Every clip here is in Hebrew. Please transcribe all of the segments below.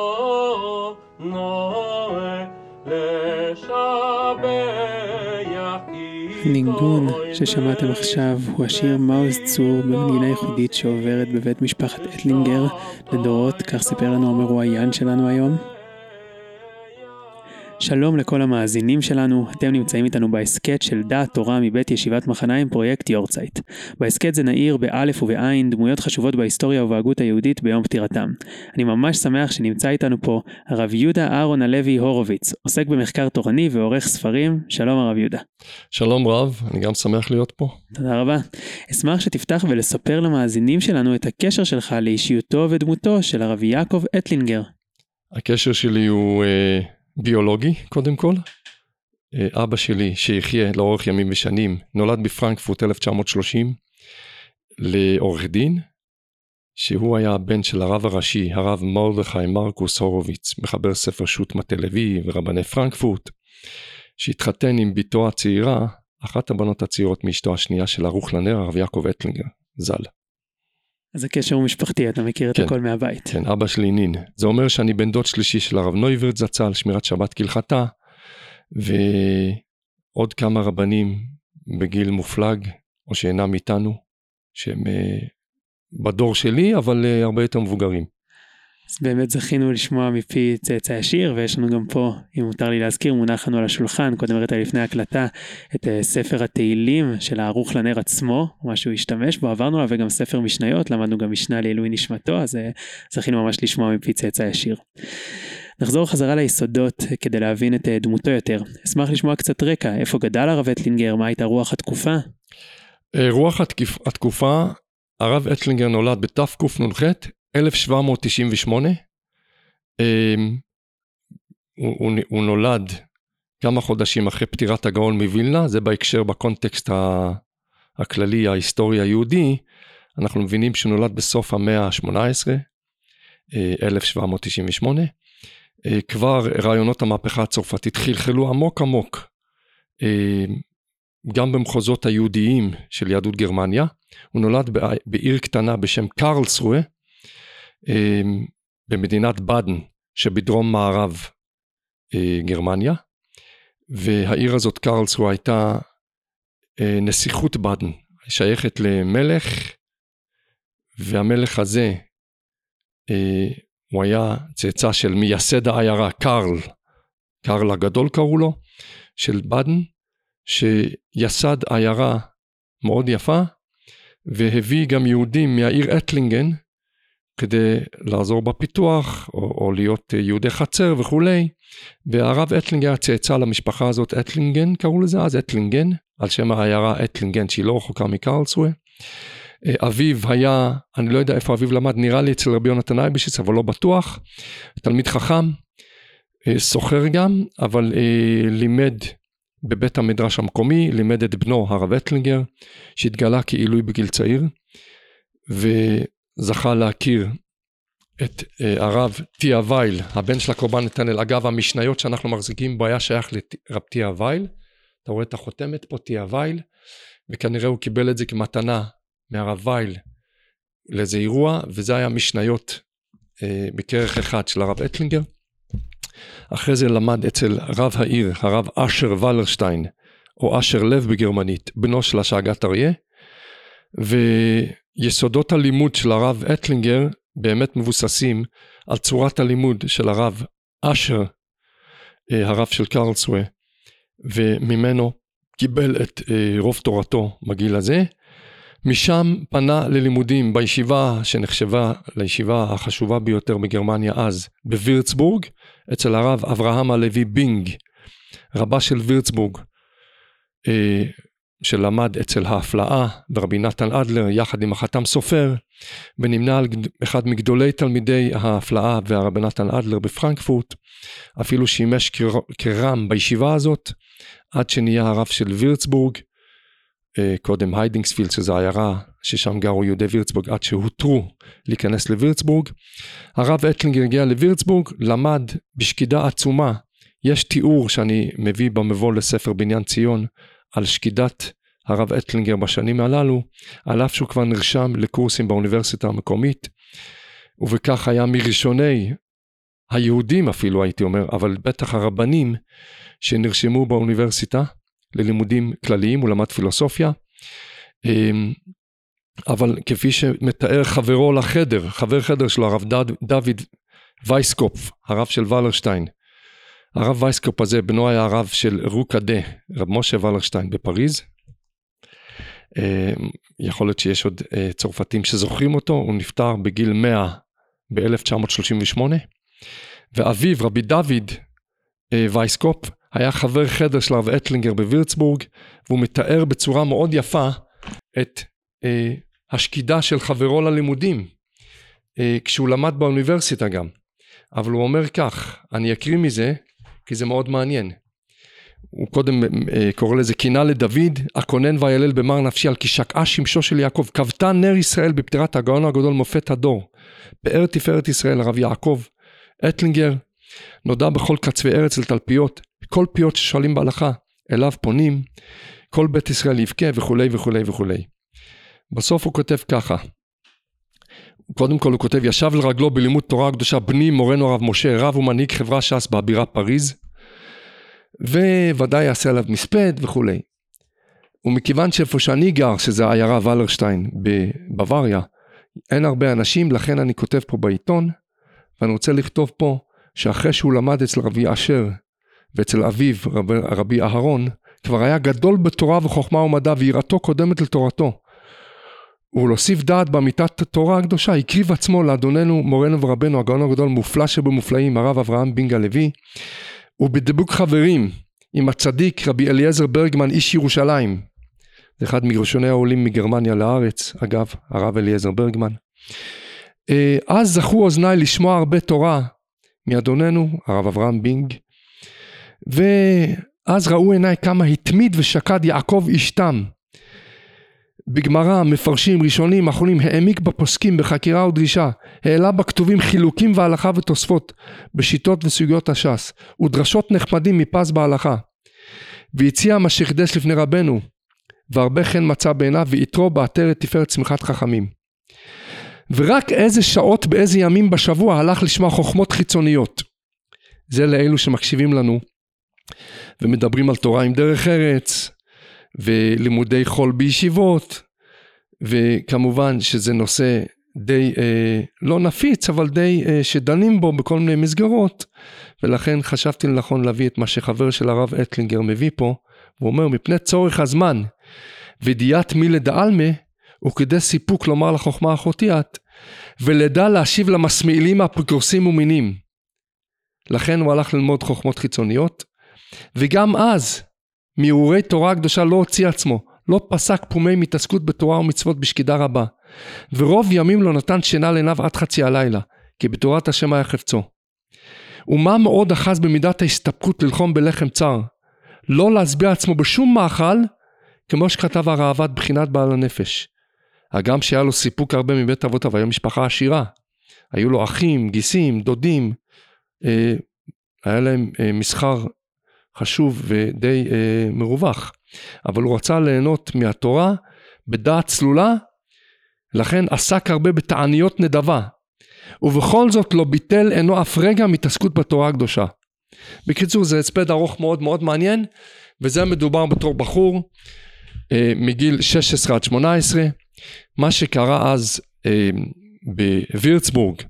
הניגון ששמעתם עכשיו הוא השיר מעוז צור במנגינה ייחודית שעוברת בבית משפחת אטלינגר לדורות, כך סיפר לנו המרואיין שלנו היום. שלום לכל המאזינים שלנו, אתם נמצאים איתנו בהסקט של דעת תורה מבית ישיבת מחניים פרויקט יורצייט. בהסקט זה נעיר באלף ובעין דמויות חשובות בהיסטוריה ובהגות היהודית ביום פטירתם. אני ממש שמח שנמצא איתנו פה הרב יהודה אהרון הלוי הורוביץ, עוסק במחקר תורני ועורך ספרים. שלום הרב יהודה. שלום רב, אני גם שמח להיות פה. תודה רבה. אשמח שתפתח ולספר למאזינים שלנו את הקשר שלך לאישיותו ודמותו של הרב יעקב אטלינגר. הקשר שלי הוא ביולוגי, קודם כל. אבא שלי, שיחיה לאורך ימים ושנים, נולד בפרנקפורט 1930 לעורך דין, שהוא היה הבן של הרב הראשי, הרב מרדכי מרקוס הורוביץ, מחבר ספר שו"ת מטה לוי ורבני פרנקפורט, שהתחתן עם ביתו הצעירה, אחת הבנות הצעירות מאשתו השנייה של ערוך לנר, הרב יעקב אטלינגר, ז"ל. אז הקשר הוא משפחתי, אתה מכיר את הכל מהבית. כן, אבא שלי נין. זה אומר שאני בן דוד שלישי של הרב נויברט זצ"ל, שמירת שבת כהלכתה, ועוד כמה רבנים בגיל מופלג, או שאינם איתנו, שהם בדור שלי, אבל הרבה יותר מבוגרים. אז באמת זכינו לשמוע מפי צאצא השיר, ויש לנו גם פה, אם מותר לי להזכיר, מונח לנו על השולחן, קודם הראית לפני ההקלטה, את ספר התהילים של הערוך לנר עצמו, מה שהוא השתמש בו, עברנו עליו, וגם ספר משניות, למדנו גם משנה לעילוי נשמתו, אז זכינו ממש לשמוע מפי צאצא השיר. נחזור חזרה ליסודות כדי להבין את דמותו יותר. אשמח לשמוע קצת רקע, איפה גדל הרב אטלינגר, מה הייתה רוח התקופה? רוח התקופה, הרב אטלינגר נולד בתקנ"ח 1798, הוא נולד כמה חודשים אחרי פטירת הגאון מווילנה, זה בהקשר בקונטקסט הכללי ההיסטורי היהודי, אנחנו מבינים שהוא נולד בסוף המאה ה-18, 1798, כבר רעיונות המהפכה הצרפתית חלחלו עמוק עמוק, גם במחוזות היהודיים של יהדות גרמניה, הוא נולד בעיר קטנה בשם קרלסרואה, במדינת בדן שבדרום מערב גרמניה, והעיר הזאת קרלסרואה הייתה נסיכות בדן, שייכת למלך, והמלך הזה הוא היה צאצא של מייסד העיירה קרל הגדול קראו לו, של בדן, שיסד עיירה מאוד יפה, והביא גם יהודים מהעיר אטלינגן, כדי לעזור בפיתוח, או להיות יהודי חצר וכולי, והרב אטלינגר צאצא למשפחה הזאת, אטלינגן קראו לזה אז, אטלינגן, על שם העיירה אטלינגן, שהיא לא רחוקה מקרלסרואה. אביו היה, אני לא יודע איפה אביו למד, נראה לי אצל רבי יונתן אייבשיץ, אבל לא בטוח, תלמיד חכם, סוחר גם, אבל לימד בבית המדרש המקומי, לימד את בנו הרב אטלינגר, שהתגלה כעילוי בגיל צעיר, זכה להכיר את הרב תיה וייל, הבן של הקורבן נתנאל. אגב, המשניות שאנחנו מחזיקים בו היה שייך לרב תיה וייל, אתה רואה את החותמת פה, תיה וייל, וכנראה הוא קיבל את זה כמתנה מהרב וייל לאיזה אירוע, וזה היה משניות בכרך אחד של הרב אטלינגר. אחרי זה למד אצל רב העיר, הרב אשר ולרשטיין, או אשר לב בגרמנית, בנו של השאגת אריה, יסודות הלימוד של הרב אטלינגר באמת מבוססים על צורת הלימוד של הרב אשר, הרב של קרלסרואה, וממנו קיבל את רוב תורתו בגיל הזה. משם פנה ללימודים בישיבה שנחשבה לישיבה החשובה ביותר בגרמניה אז, בווירצבורג, אצל הרב אברהם הלוי בינג, רבה של וירצבורג, שלמד אצל ההפלאה ורבי נתן אדלר יחד עם החתם סופר, ונמנה על אחד מגדולי תלמידי ההפלאה והרבי נתן אדלר בפרנקפורט, אפילו שימש כרם בישיבה הזאת, עד שנהיה הרב של וירצבורג, קודם היידינגספילד, שזו העיירה ששם גרו יהודי וירצבורג, עד שהותרו להיכנס לווירצבורג. הרב אטלינגר הגיע לווירצבורג, למד בשקידה עצומה, יש תיאור שאני מביא במבוא לספר בניין ציון, על שקידת הרב אטלינגר בשנים הללו, על אף שהוא כבר נרשם לקורסים באוניברסיטה המקומית, ובכך היה מראשוני היהודים אפילו הייתי אומר, אבל בטח הרבנים שנרשמו באוניברסיטה ללימודים כלליים, הוא למד פילוסופיה, אבל כפי שמתאר חברו לחדר, חבר חדר שלו, הרב דוד וייסקופף, הרב של ולרשטיין, הרב וייסקופף הזה, בנו היה הרב של רוקדה, רב משה ולרשטיין בפריז, יכול להיות שיש עוד צרפתים שזוכרים אותו, הוא נפטר בגיל 100 ב-1938, ואביו רבי דוד וייסקופף, היה חבר חדר של הרב אטלינגר בווירצבורג, והוא מתאר בצורה מאוד יפה את השקידה של חברו ללימודים, כשהוא למד באוניברסיטה גם. אבל הוא אומר כך, אני אקריא מזה, כי זה מאוד מעניין. הוא קודם קורא לזה קינה לדוד, הכונן והילל במר נפשי, על כי שקעה שמשו של יעקב, כבתה נר ישראל בפטירת הגאון הגדול מופת הדור, פאר תפארת ישראל, הרב יעקב אטלינגר, נודע בכל קצווי ארץ לתלפיות, כל פיות ששואלים בהלכה, אליו פונים, כל בית ישראל יבכה וכולי וכולי וכולי. בסוף הוא כותב ככה, קודם כל הוא כותב, ישב לרגלו בלימוד תורה הקדושה, בני מורנו הרב משה, רב ומנהיג חברה ש"ס בבירה פריז, וודאי יעשה עליו מספד וכולי. ומכיוון שאיפה שאני גר, שזה העיירה ולרשטיין בבוואריה, אין הרבה אנשים, לכן אני כותב פה בעיתון, ואני רוצה לכתוב פה, שאחרי שהוא למד אצל רבי אשר, ואצל אביו רבי אהרון, כבר היה גדול בתורה וחוכמה ומדע, ויראתו קודמת לתורתו. הוא להוסיף דעת באמיתת התורה הקדושה, הקריב עצמו לאדוננו מורנו ורבנו, הגאון הגדול מופלא שבמופלאים, הרב אברהם בינגה לוי, ובדבוק חברים עם הצדיק רבי אליעזר ברגמן, איש ירושלים, זה אחד מראשוני העולים מגרמניה לארץ, אגב, הרב אליעזר ברגמן. אז זכו אוזניי לשמוע הרבה תורה מאדוננו, הרב אברהם בינג, ואז ראו עיניי כמה התמיד ושקד יעקב אשתם. בגמרא, מפרשים, ראשונים, אחרונים, העמיק בפוסקים, בחקירה ודרישה, העלה בכתובים חילוקים והלכה ותוספות, בשיטות וסוגיות הש"ס, ודרשות נחמדים מפס בהלכה, והציע מה שחידש לפני רבנו, והרבה כן מצא בעיניו, ויתרו בעטרת תפארת צמיחת חכמים. ורק איזה שעות באיזה ימים בשבוע הלך לשמוע חוכמות חיצוניות. זה לאלו שמקשיבים לנו, ומדברים על תורה עם דרך ארץ, ולימודי חול בישיבות, וכמובן שזה נושא די לא נפיץ, אבל די שדנים בו בכל מיני מסגרות, ולכן חשבתי לנכון להביא את מה שחבר של הרב אטלינגר מביא פה, הוא אומר, מפני צורך הזמן, ודיית מי לדעלמה, וכדי סיפוק לומר לחוכמה החוטאת, ולדע להשיב למסמעילים הפרקורסים ומינים. לכן הוא הלך ללמוד חוכמות חיצוניות, וגם אז, מהרהורי תורה הקדושה לא הוציא עצמו, לא פסק פומי מתעסקות בתורה ומצוות בשקידה רבה, ורוב ימים לא נתן שינה לעיניו עד חצי הלילה, כי בתורת השם היה חפצו. ומה מאוד אחז במידת ההסתפקות ללחום בלחם צר, לא להשביע עצמו בשום מאכל, כמו שכתב הרעב"ד בחינת בעל הנפש. הגם שהיה לו סיפוק הרבה מבית אבותיו, היה משפחה עשירה, היו לו אחים, גיסים, דודים, היה להם מסחר חשוב ודי מרווח, אבל הוא רצה ליהנות מהתורה בדעת צלולה, לכן עסק הרבה בתעניות נדבה, ובכל זאת לא ביטל אינו אף רגע מתעסקות בתורה הקדושה. בקיצור, זה הספד ארוך מאוד מאוד מעניין, וזה מדובר בתור בחור מגיל 16 עד 18, מה שקרה אז בווירצבורג,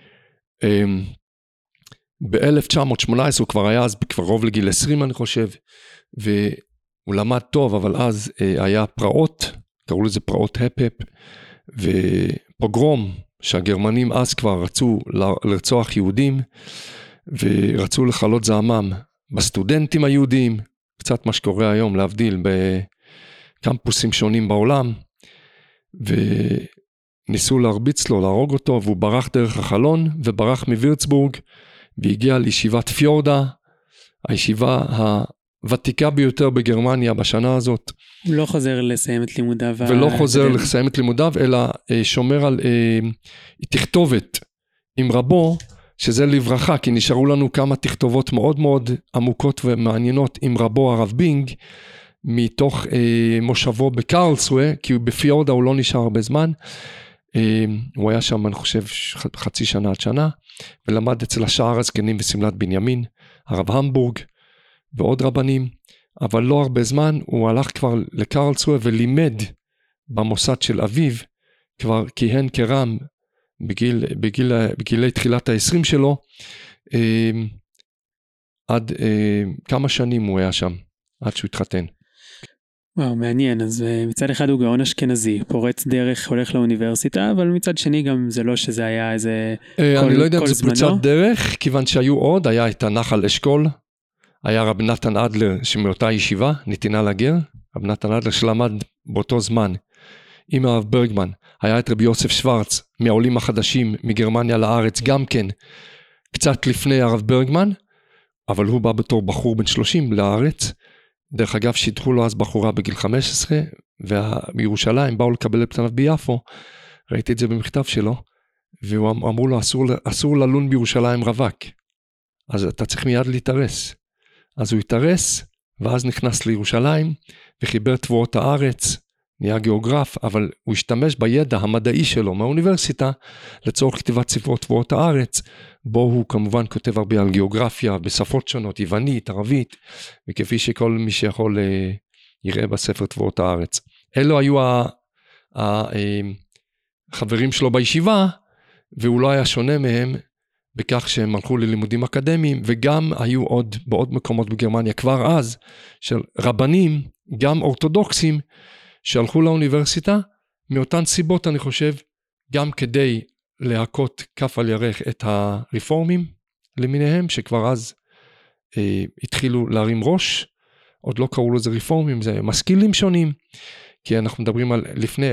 ב-1918, הוא כבר היה אז קרוב לגיל 20 אני חושב, והוא למד טוב, אבל אז היה פרעות, קראו לזה פרעות הפ-הפ, ופוגרום, שהגרמנים אז כבר רצו לרצוח יהודים, ורצו לחלות זעמם בסטודנטים היהודים, קצת מה שקורה היום להבדיל בקמפוסים שונים בעולם, וניסו להרביץ לו, להרוג אותו, והוא ברח דרך החלון, וברח מווירצבורג, והגיע לישיבת פיורדה, הישיבה הוותיקה ביותר בגרמניה בשנה הזאת. הוא לא חוזר לסיים את לימודיו. ולא חוזר לסיים את לימודיו, אלא שומר על תכתובת עם רבו, שזה לברכה, כי נשארו לנו כמה תכתובות מאוד מאוד עמוקות ומעניינות עם רבו הרב בינג, מתוך מושבו בקרלסווה, כי בפיורדה הוא לא נשאר הרבה זמן, הוא היה שם אני חושב חצי שנה עד שנה, ולמד אצל השער הזקנים וסמלת בנימין, הרב המבורג ועוד רבנים, אבל לא הרבה זמן, הוא הלך כבר לקרלסרוה ולימד במוסד של אביו, כבר כיהן כרם בגילי תחילת ה-20 שלו, עד כמה שנים הוא היה שם, עד שהוא התחתן. וואו, מעניין. אז מצד אחד הוא גאון אשכנזי, פורץ דרך, הולך לאוניברסיטה, אבל מצד שני גם זה לא שזה היה איזה אני לא יודע אם זה פריצת דרך, כיוון שהיו עוד, היה את הנחל אשכול, היה רב נתן אדלר שמאותה ישיבה, נתינה לגר, רב נתן אדלר שלמד באותו זמן, עם הרב ברגמן, היה את רבי יוסף שוורץ, מהעולים החדשים מגרמניה לארץ, גם כן, קצת לפני הרב ברגמן, אבל הוא בא בתור בחור בן 30 לארץ, דרך אגב שידחו לו אז בחורה בגיל 15, ובירושלים באו לקבל את פניו ביפו, ראיתי את זה במכתב שלו, ואמרו לו אסור ללון בירושלים רווק, אז אתה צריך מיד להתארס, אז הוא התארס, ואז נכנס לירושלים, וחיבר תבואות הארץ, נהיה גיאוגרף, אבל הוא השתמש בידע המדעי שלו מהאוניברסיטה, לצורך כתיבת ספרות תבואות הארץ, בו הוא כמובן כותב הרבה על גיאוגרפיה, בשפות שונות, יוונית, ערבית, וכפי שכל מי שיכול יראה בספר תבואות הארץ. אלו היו החברים שלו בישיבה, והוא לא היה שונה מהם, בכך שהם הלכו ללימודים אקדמיים, וגם היו עוד בעוד מקומות בגרמניה, כבר אז, של רבנים, גם אורתודוקסים, שהלכו לאוניברסיטה, מאותן סיבות אני חושב, גם כדי להכות כף על ירך את הרפורמים למיניהם, שכבר אז התחילו להרים ראש, עוד לא קראו לזה רפורמים, זה משכילים שונים, כי אנחנו מדברים על לפני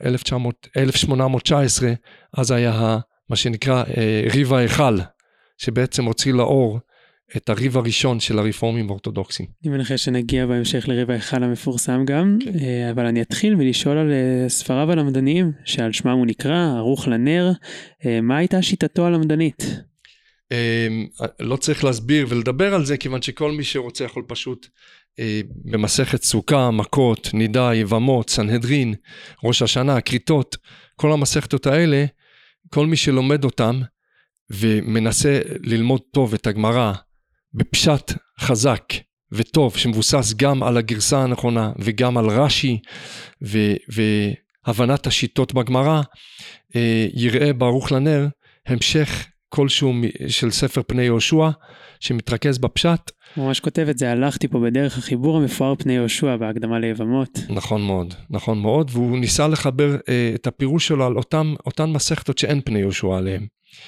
1819, אז היה מה שנקרא ריב ההיכל, שבעצם הוציא לאור את הריב הראשון של הרפורמים האורתודוקסים. אני מנחש שנגיע בהמשך לריב ההיכל המפורסם גם, אבל אני אתחיל ולשאול על ספריו הלמדניים, שעל שמם הוא נקרא, ערוך לנר, מה הייתה שיטתו הלמדנית? לא צריך להסביר ולדבר על זה, כיוון שכל מי שרוצה יכול פשוט במסכת סוכה, מכות, נידה, יבמות, סנהדרין, ראש השנה, קריטות, כל המסכתות האלה, כל מי שלומד אותם ומנסה ללמוד טוב את הגמרא בפשט חזק וטוב, שמבוסס גם על הגרסה הנכונה וגם על רש"י והבנת השיטות בגמרא, יראה בערוך לנר המשך כלשהו של ספר פני יהושע, שמתרכז בפשט. ממש כותב את זה, הלכתי פה בדרך החיבור המפואר פני יהושע בהקדמה ליבמות. נכון מאוד, נכון מאוד, והוא ניסה לחבר את הפירוש שלו על אותן מסכתות שאין פני יהושע עליהם.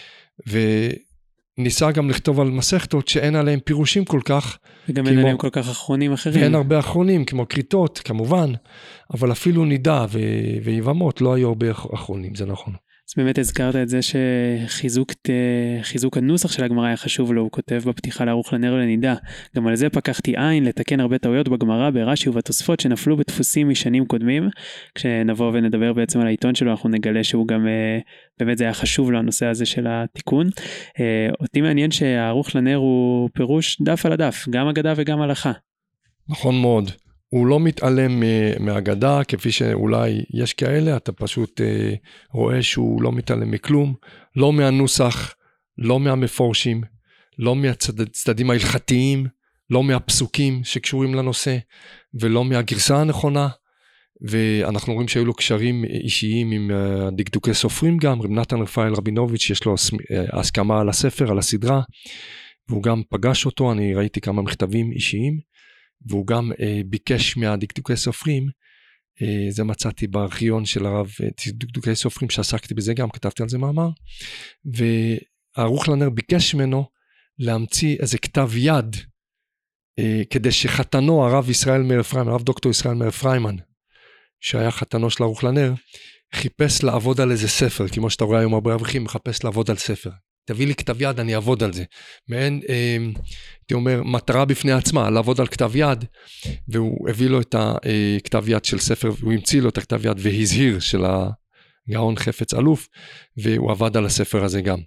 וניסה גם לכתוב על מסכתות שאין עליהם פירושים כל כך. וגם אין עליהם כל כך אחרונים אחרים. ואין הרבה אחרונים, כמו קריטות, כמובן, אבל אפילו נידה ויבמות לא היו הרבה אחרונים, זה נכון. אז באמת הזכרת את זה שחיזוק הנוסח של הגמרא היה חשוב לו, הוא כותב בפתיחה לערוך לנר ולנידה. גם על זה פקחתי עין לתקן הרבה טעויות בגמרא, ברש"י ובתוספות שנפלו בדפוסים משנים קודמים. כשנבוא ונדבר בעצם על העיתון שלו, אנחנו נגלה שהוא גם, באמת זה היה חשוב לו הנושא הזה של התיקון. אותי מעניין שהערוך לנר הוא פירוש דף על הדף, גם אגדה וגם הלכה. נכון מאוד. הוא לא מתעלם מהאגדה, כפי שאולי יש כאלה, אתה פשוט רואה שהוא לא מתעלם מכלום, לא מהנוסח, לא מהמפורשים, לא מהצדדים ההלכתיים, לא מהפסוקים שקשורים לנושא, ולא מהגרסה הנכונה, ואנחנו רואים שהיו לו קשרים אישיים עם דקדוקי סופרים גם, רב נתן רפאל רבינוביץ' יש לו הסכמה על הספר, על הסדרה, והוא גם פגש אותו, אני ראיתי כמה מכתבים אישיים, והוא גם ביקש מהדקדוקי סופרים, זה מצאתי בארכיון של הרב, דקדוקי סופרים שעסקתי בזה גם, כתבתי על זה מאמר, והערוך לנר ביקש ממנו להמציא איזה כתב יד, כדי שחתנו הרב ישראל מאיר פריימן, הרב דוקטור ישראל מאיר פריימן, שהיה חתנו של הערוך לנר, חיפש לעבוד על איזה ספר, כמו שאתה רואה היום הרבה אברכים, מחפש לעבוד על ספר. תביא לי כתב יד, אני אעבוד על זה. מעין, הייתי אומר, מטרה בפני עצמה, לעבוד על כתב יד, והוא הביא לו את הכתב יד של ספר, הוא המציא לו את הכתב יד והזהיר של הגאון חפץ אלוף, והוא עבד על הספר הזה גם.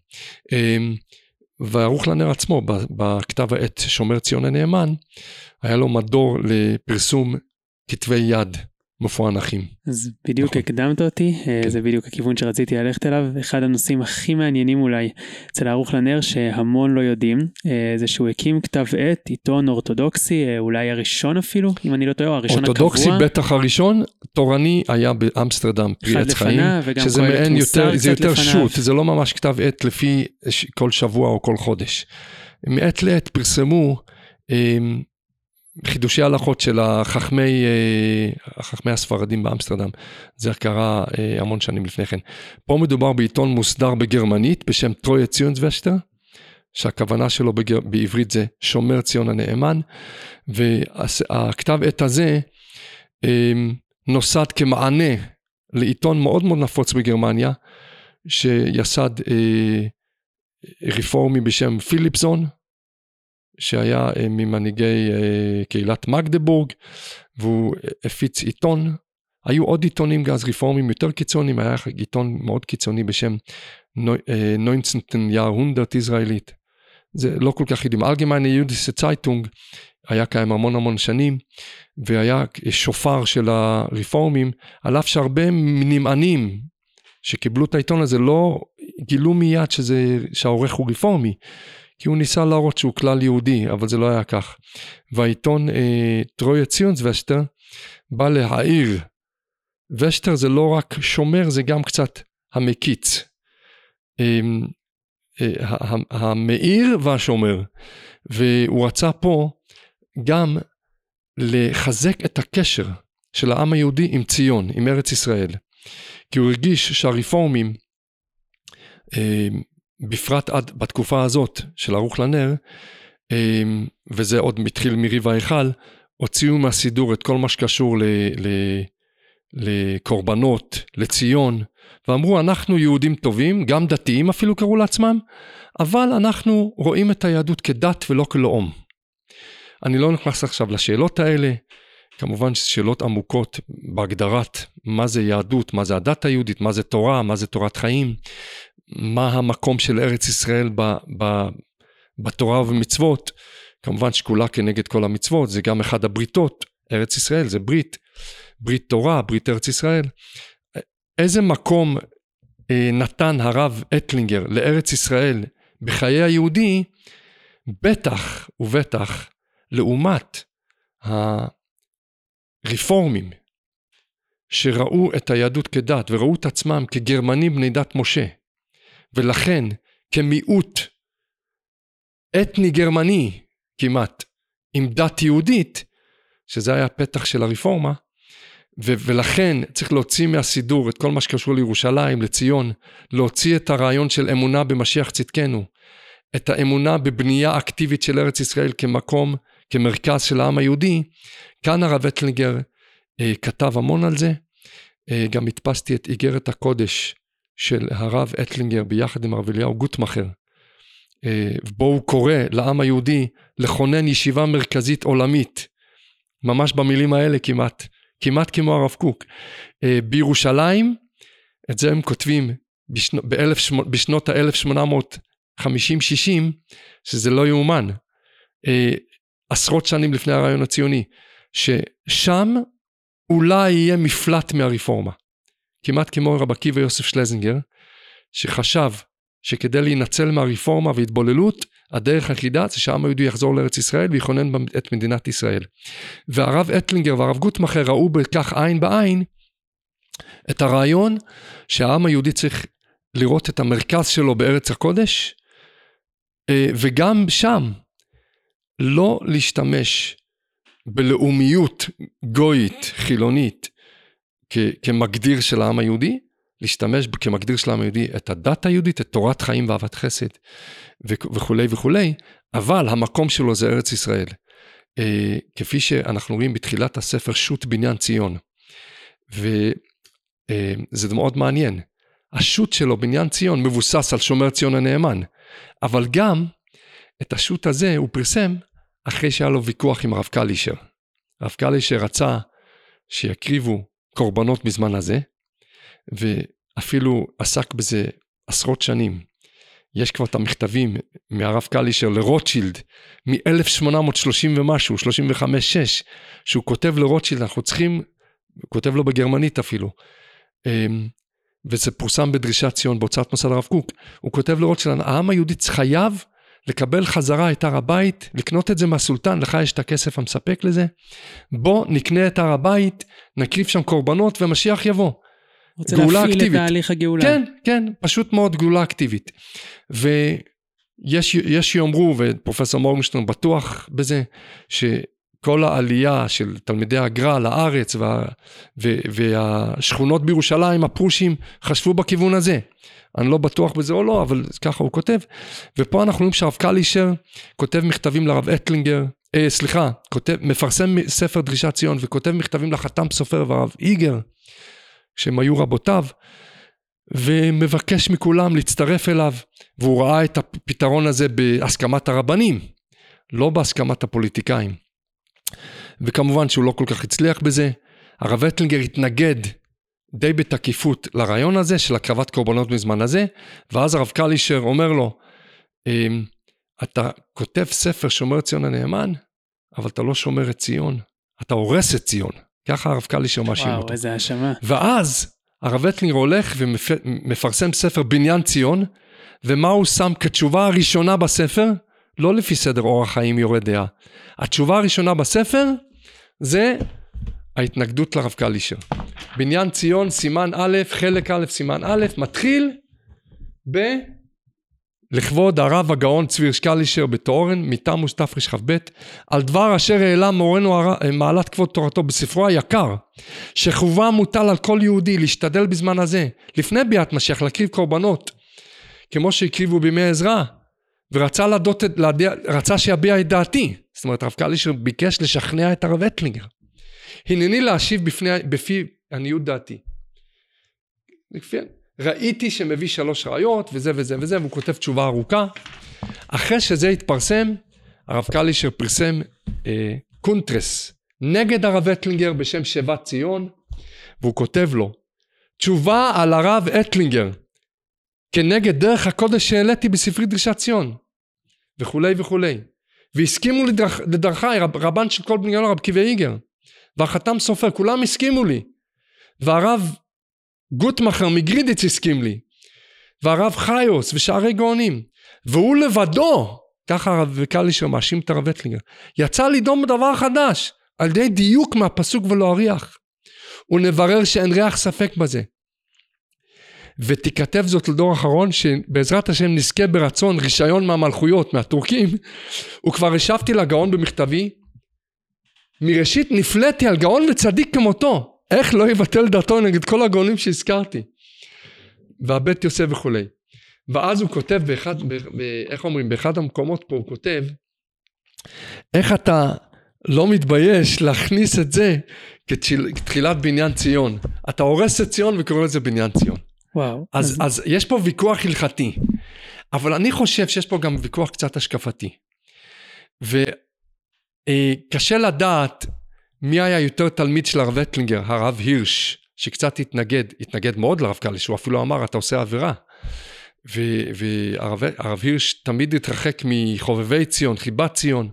וערוך לנר עצמו, בכתב העת שומר ציון הנאמן, היה לו מדור לפרסום כתבי יד מפוענחים. אז בדיוק נכון. הקדמת אותי, כן. זה בדיוק הכיוון שרציתי ללכת אליו. אחד הנושאים הכי מעניינים אולי אצל הערוך לנר שהמון לא יודעים, זה שהוא הקים כתב עת, עיתון אורתודוקסי, אולי הראשון אפילו, אם אני לא טועה, הראשון הקבוע. אורתודוקסי בטח הראשון, תורני היה באמסטרדם, פרי עץ חיים, שזה מעין יותר, זה יותר שוט, זה לא ממש כתב עת לפי כל שבוע או כל חודש. מעת לעת פרסמו חידושי הלכות של החכמי הספרדים באמסטרדם. זה קרה המון שנים לפני כן. פה מדובר בעיתון מוסדר בגרמנית בשם טרויה ציונסוושטר, שהכוונה שלו בעברית זה שומר ציון הנאמן, והכתב עת הזה נוסד כמענה לעיתון מאוד מאוד נפוץ בגרמניה, שיסד רפורמי בשם פיליפסון, שהיה ממנהיגי קהילת מגדבורג, והוא הפיץ עיתון. היו עוד עיתונים אז רפורמים יותר קיצוניים, היה עיתון מאוד קיצוני בשם 19. Jahrhundert ישראלית. זה לא כל כך יודעים. Allgemeine Jüdische Zeitung היה קיים המון שנים, והיה שופר של הרפורמים, על אף שהרבה נמענים שקיבלו את העיתון הזה, לא גילו מיד שהעורך הוא רפורמי, כי הוא ניסה להראות שהוא כלל יהודי, אבל זה לא היה כך. והעיתון טרויה ציונסוושטר בא להעיר. ושטר זה לא רק שומר, זה גם קצת המקיץ. המאיר והשומר. והוא רצה פה גם לחזק את הקשר של העם היהודי עם ציון, עם ארץ ישראל. כי הוא הרגיש שהרפורמים, בפרט עד בתקופה הזאת של ערוך לנר, וזה עוד מתחיל מריב ההיכל, הוציאו מהסידור את כל מה שקשור לקורבנות, לציון, ואמרו אנחנו יהודים טובים, גם דתיים אפילו קראו לעצמם, אבל אנחנו רואים את היהדות כדת ולא כלאום. אני לא נכנס עכשיו לשאלות האלה, כמובן שאלות עמוקות בהגדרת מה זה יהדות, מה זה הדת היהודית, מה זה תורה, מה זה תורת חיים, מה המקום של ארץ ישראל בתורה ובמצוות, כמובן שקולה כנגד כל המצוות, זה גם אחד הבריתות, ארץ ישראל זה ברית תורה, ברית ארץ ישראל. איזה מקום נתן הרב אטלינגר לארץ ישראל בחיי היהודי, בטח ובטח לעומת הרפורמים, שראו את היהדות כדת וראו את עצמם כגרמנים בני דת משה, ולכן כמיעוט אתני גרמני כמעט עם דת יהודית, שזה היה הפתח של הרפורמה, ולכן צריך להוציא מהסידור את כל מה שקשור לירושלים, לציון, להוציא את הרעיון של אמונה במשיח צדקנו, את האמונה בבנייה אקטיבית של ארץ ישראל כמקום, כמרכז של העם היהודי. כאן הרב אטלינגר כתב המון על זה, גם הדפסתי את איגרת הקודש של הרב אטלינגר ביחד עם הרב אליהו גוטמכר, בו הוא קורא לעם היהודי לכונן ישיבה מרכזית עולמית, ממש במילים האלה כמעט כמו הרב קוק, בירושלים. את זה הם כותבים בשנות ה-1850-60, שזה לא יאומן, עשרות שנים לפני הרעיון הציוני, ששם אולי יהיה מפלט מהרפורמה, כמעט כמו רב עקיבא יוסף שלזינגר, שחשב שכדי להינצל מהרפורמה והתבוללות, הדרך היחידה זה שהעם היהודי יחזור לארץ ישראל ויכונן את מדינת ישראל. והרב אטלינגר והרב גוטמכר ראו בכך עין בעין את הרעיון שהעם היהודי צריך לראות את המרכז שלו בארץ הקודש, וגם שם לא להשתמש בלאומיות גויית חילונית כמגדיר של העם היהודי, להשתמש כמגדיר של העם היהודי את הדת היהודית, את תורת חיים ואהבת חסד וכולי וכולי, אבל המקום שלו זה ארץ ישראל. כפי שאנחנו רואים בתחילת הספר שו"ת בניין ציון, וזה מאוד מעניין. השו"ת שלו בניין ציון מבוסס על שומר ציון הנאמן, אבל גם את השו"ת הזה הוא פרסם אחרי שהיה לו ויכוח עם הרב קלישר. הרב קלישר רצה שיקריבו קורבנות בזמן הזה, ואפילו עסק בזה עשרות שנים. יש כבר את המכתבים מהרב קלישר לרוטשילד מ-1830 ומשהו, 35-6, שהוא כותב לרוטשילד, אנחנו צריכים הוא כותב לו בגרמנית אפילו, וזה פורסם בדרישת ציון בהוצאת מוסד הרב קוק, הוא כותב לראות שהעם היהודי חייב לקבל חזרה את הר הבית, לקנות את זה מהסולטן, לך יש את הכסף המספק לזה, בוא נקנה את הר הבית, נקריב שם קורבנות ומשיח יבוא. רוצה להפעיל את תהליך הגאולה. כן, כן, פשוט מאוד גאולה אקטיבית. ויש יאמרו, ופרופסור מורגנשטיין בטוח בזה, שכל העלייה של תלמידי הגר"א לארץ, והשכונות בירושלים, הפרושים, חשבו בכיוון הזה. אני לא בטוח בזה או לא, אבל ככה הוא כותב. ופה אנחנו רואים שהרב קלישר כותב מכתבים לרב אטלינגר, מפרסם ספר דרישת ציון, וכותב מכתבים לחתם סופר והרב איגר, שהם היו רבותיו, ומבקש מכולם להצטרף אליו, והוא ראה את הפתרון הזה בהסכמת הרבנים, לא בהסכמת הפוליטיקאים. וכמובן שהוא לא כל כך הצליח בזה, הרב אטלינגר התנגד די בתקיפות לרעיון הזה, של הקרבת קורבנות בזמן הזה, ואז הרב קלישר אומר לו, אתה כותב ספר שומר ציון הנאמן, אבל אתה לא שומר את ציון, אתה הורס את ציון. ככה הרב קלישר מאשים אותו. וואו, איזה האשמה. ואז הרב אטלינגר הולך ומפרסם ספר בניין ציון, ומה הוא שם כתשובה הראשונה בספר? לא לפי סדר אורח חיים יורד דעה. התשובה הראשונה בספר זה ההתנגדות לרב קלישר. בניין ציון, סימן א', חלק א', סימן א', מתחיל לכבוד הרב הגאון צבי קלישר בתורן, מתמוז תרכ"ב, על דבר אשר העלה מורנו מעלת כבוד תורתו בספרו היקר, שחובה מוטל על כל יהודי להשתדל בזמן הזה, לפני ביאת משיח, להקריב קורבנות, כמו שהקריבו בימי עזרא, ורצה שיביע את דעתי. זאת אומרת, הרב קלישר ביקש לשכנע את הרב אטלינגר. הנני להשיב בפי עניות דעתי. ראיתי שמביא 3 ראיות, וזה וזה וזה, והוא כותב תשובה ארוכה. אחרי שזה התפרסם, הרב קלישר פרסם קונטרס נגד הרב אטלינגר בשם שיבת ציון, והוא כותב לו, תשובה על הרב אטלינגר, כנגד דרך הקודש שהעליתי בספרי דרישת ציון, וכולי וכולי. והסכימו לדרכי, רבן של כל בני גאון, הרב קיבי איגר, והחתם סופר, כולם הסכימו לי. והרב גוטמחר מגרידיץ הסכים לי, והרב חיוס ושערי גאונים, והוא לבדו, ככה הרב קלישר מאשים את הרב אטלינגר, יצא לדום דבר חדש, על ידי דיוק מהפסוק ולא אריח, ונברר שאין ריח ספק בזה. ותכתב זאת לדור אחרון, שבעזרת השם נזכה ברצון רישיון מהמלכויות, מהטורקים, וכבר השבתי לגאון במכתבי, מראשית נפלאתי על גאון וצדיק כמותו, איך לא יבטל דעתו נגד כל הגאונים שהזכרתי, והבית יוסף וכולי. ואז הוא כותב באחד המקומות פה, הוא כותב, איך אתה לא מתבייש להכניס את זה כתחילת בניין ציון. אתה הורס את ציון וקורא לזה בניין ציון. וואו. אז יש פה ויכוח הלכתי, אבל אני חושב שיש פה גם ויכוח קצת השקפתי. וקשה לדעת מי היה יותר תלמיד של הרב אטלינגר, הרב הירש, שקצת התנגד מאוד לרב קלישר, הוא אפילו אמר, אתה עושה עבירה. והרב הירש תמיד התרחק מחובבי ציון, חיבת ציון,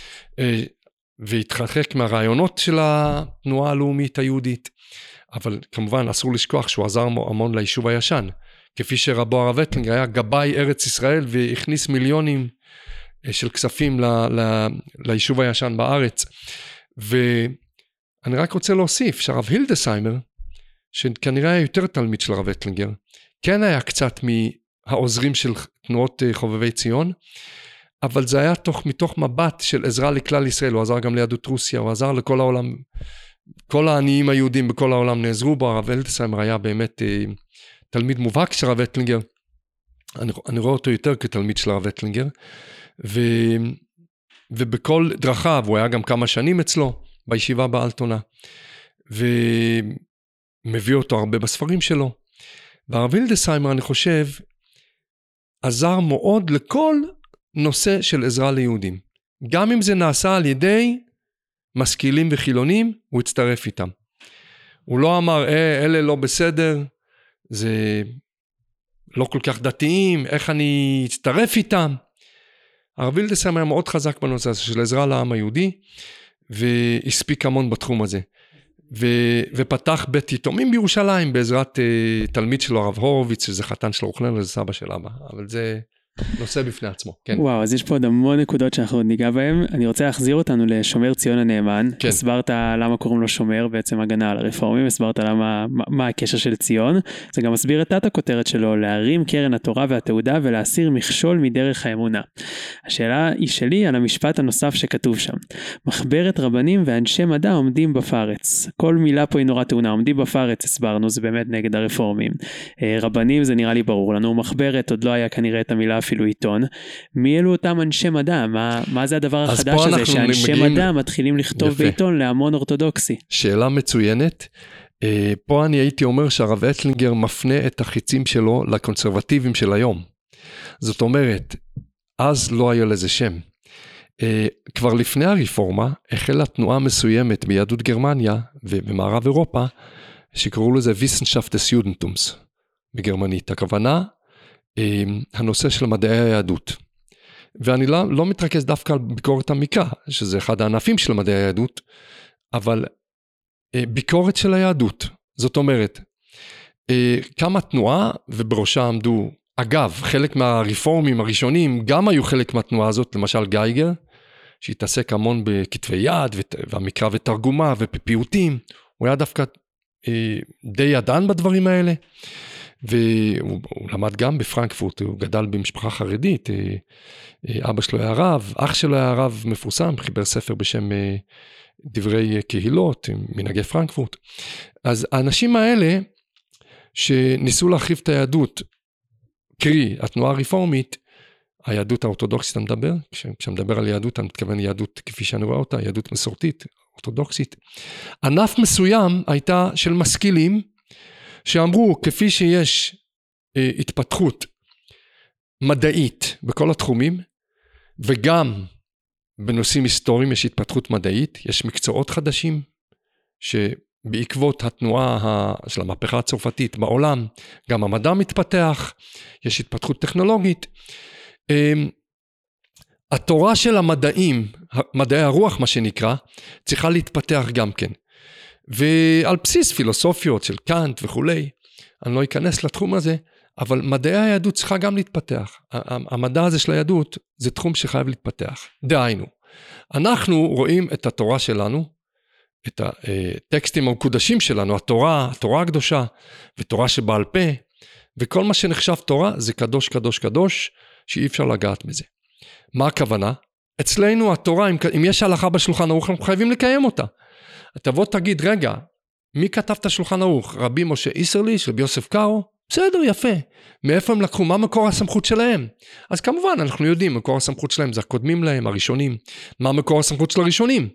והתרחק מהרעיונות של התנועה הלאומית היהודית. אבל כמובן אסור לשכוח שהוא עזר המון ליישוב הישן, כפי שרבו הרב אטלינגר היה גבאי ארץ ישראל, והכניס מיליונים של כספים ליישוב הישן בארץ. ואני רק רוצה להוסיף שהרב הילדסהיימר, שכנראה היה יותר תלמיד של הרב אטלינגר, כן היה קצת מהעוזרים של תנועות חובבי ציון, אבל זה היה מתוך מבט של עזרה לכלל ישראל. הוא עזר גם ליהדות רוסיה, הוא עזר לכל העולם, כל העניים היהודים בכל העולם נעזרו בו. הרב הילדסהיימר היה באמת תלמיד מובהק של הרב אטלינגר, אני רואה אותו יותר כתלמיד של הרב אטלינגר, ובכל דרכיו, הוא היה גם כמה שנים אצלו, בישיבה באלטונה, ומביא אותו הרבה בספרים שלו. והרב הילדסהיימר, אני חושב, עזר מאוד לכל נושא של עזרה ליהודים. גם אם זה נעשה על ידי משכילים וחילונים, הוא הצטרף איתם. הוא לא אמר, אלה לא בסדר, זה לא כל כך דתיים, איך אני אצטרף איתם? הרב הילדסהיימר היה מאוד חזק בנושא הזה של עזרה לעם היהודי, והספיק המון בתחום הזה. ופתח בית יתומים בירושלים, בעזרת תלמיד שלו, הרב הורוביץ, שזה חתן של רוחנן, וזה סבא של אבא, אבל זה נושא בפני עצמו. כן. וואו, אז יש פה עוד המון נקודות שאנחנו עוד ניגע בהן. אני רוצה להחזיר אותנו לשומר ציון הנאמן. כן. הסברת למה קוראים לו שומר, בעצם הגנה על הרפורמים, הסברת מה הקשר של ציון. זה גם מסביר את הכותרת שלו, להרים קרן התורה והתעודה ולהסיר מכשול מדרך האמונה. השאלה היא שלי על המשפט הנוסף שכתוב שם. מחברת רבנים ואנשי מדע עומדים בפרץ. כל מילה פה היא נורא טעונה, עומדים בפרץ, הסברנו, זה באמת נגד הרפורמים. רבנים זה נראה לי ברור לנו, מחברת עוד לא היה כנראה את המילה אפילו עיתון. מי אלו אותם אנשי מדע? מה זה הדבר החדש הזה שאנשי מדע מתחילים לכתוב יפה. בעיתון להמון אורתודוקסי? שאלה מצוינת. פה אני הייתי אומר שהרב אטלינגר מפנה את החיצים שלו לקונסרבטיבים של היום. זאת אומרת, אז לא היה לזה שם. כבר לפני הרפורמה החלה תנועה מסוימת ביהדות גרמניה ובמערב אירופה, שקראו לזה Wissenschaft des Judentums בגרמנית. הכוונה, הנושא של מדעי היהדות. ואני לא מתרכז דווקא על ביקורת המקרא, שזה אחד הענפים של מדעי היהדות, אבל ביקורת של היהדות. זאת אומרת, כמה תנועה, ובראשה עמדו, אגב, חלק מהרפורמים הראשונים, גם היו חלק מהתנועה הזאת, למשל גייגר, שהתעסק המון בכתבי יד, והמקרא ותרגומה, ופיוטים, הוא היה דווקא די ידען בדברים האלה, והוא למד גם בפרנקפורט, הוא גדל במשפחה חרדית, אבא שלו היה רב, אח שלו היה רב מפורסם, חיבר ספר בשם דברי קהילות, מנהגי פרנקפורט. אז האנשים האלה, שניסו להחריב את היהדות, קרי, התנועה הרפורמית, היהדות האורתודוקסית המדבר, כשמדבר על יהדות, אני מתכוון יהדות כפי שאני רואה אותה, יהדות מסורתית, אורתודוקסית. ענף מסוים הייתה של משכילים, שאמרו, כפי שיש התפתחות מדעית בכל התחומים, וגם בנושאים היסטוריים יש התפתחות מדעית, יש מקצועות חדשים, שבעקבות התנועה של המהפכה הצרפתית בעולם, גם המדע מתפתח, יש התפתחות טכנולוגית. התורה של המדעים, מדעי הרוח מה שנקרא, צריכה להתפתח גם כן. ועל בסיס פילוסופיות של קאנט וכולי, אני לא אכנס לתחום הזה, אבל מדעי היהדות צריכה גם להתפתח. המדע הזה של היהדות זה תחום שחייב להתפתח. דהיינו, אנחנו רואים את התורה שלנו, את הטקסטים המקודשים שלנו, התורה הקדושה, ותורה שבעל פה, וכל מה שנחשב תורה זה קדוש, קדוש, קדוש, שאי אפשר לגעת בזה. מה הכוונה? אצלנו התורה, אם יש הלכה בשולחן ערוך, אנחנו חייבים לקיים אותה. תבוא תגיד, רגע, מי כתב את השולחן ערוך? רבי משה איסרליש, רבי יוסף קארו? בסדר, יפה. מאיפה הם לקחו? מה מקור הסמכות שלהם? אז כמובן, אנחנו יודעים, מקור הסמכות שלהם זה הקודמים להם, הראשונים. מה מקור הסמכות של הראשונים?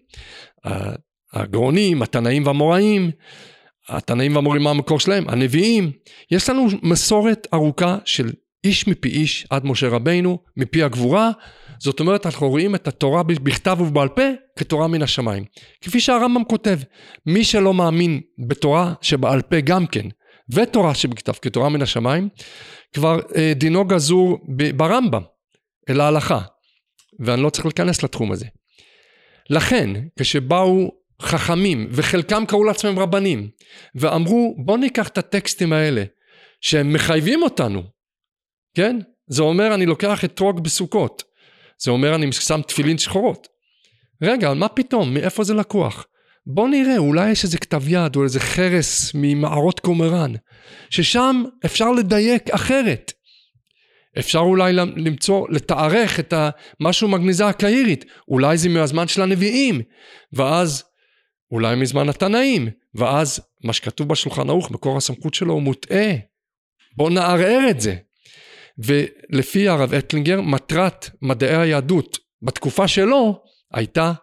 הגאונים, התנאים והמוראים, התנאים והמורים, מה המקור שלהם? הנביאים. יש לנו מסורת ארוכה של איש מפי איש עד משה רבינו, מפי הגבורה. זאת אומרת, אנחנו רואים את התורה בכתב ובעל פה כתורה מן השמיים. כפי שהרמב"ם כותב, מי שלא מאמין בתורה שבעל פה גם כן, ותורה שבכתב כתורה מן השמיים, כבר דינו גזור ברמב"ם, אל ההלכה. ואני לא צריך להיכנס לתחום הזה. לכן, כשבאו חכמים, וחלקם קראו לעצמם רבנים, ואמרו, בוא ניקח את הטקסטים האלה, שהם מחייבים אותנו, כן? זה אומר, אני לוקח את טרוג בסוכות. זה אומר, אני שם תפילין שחורות. רגע, מה פתאום? מאיפה זה לקוח? בוא נראה, אולי יש איזה כתב יד, או איזה חרס ממערות קומראן, ששם אפשר לדייק אחרת. אפשר אולי למצוא, לתארך את משהו מגניזה הקהירית. אולי זה מהזמן של הנביאים, ואז אולי מזמן התנאים, ואז מה שכתוב בשולחן ערוך, מקור הסמכות שלו הוא מוטעה. בוא נערער את זה. ולפי הרב אטלינגר, מטרת מדעי היהדות בתקופה שלו, הייתה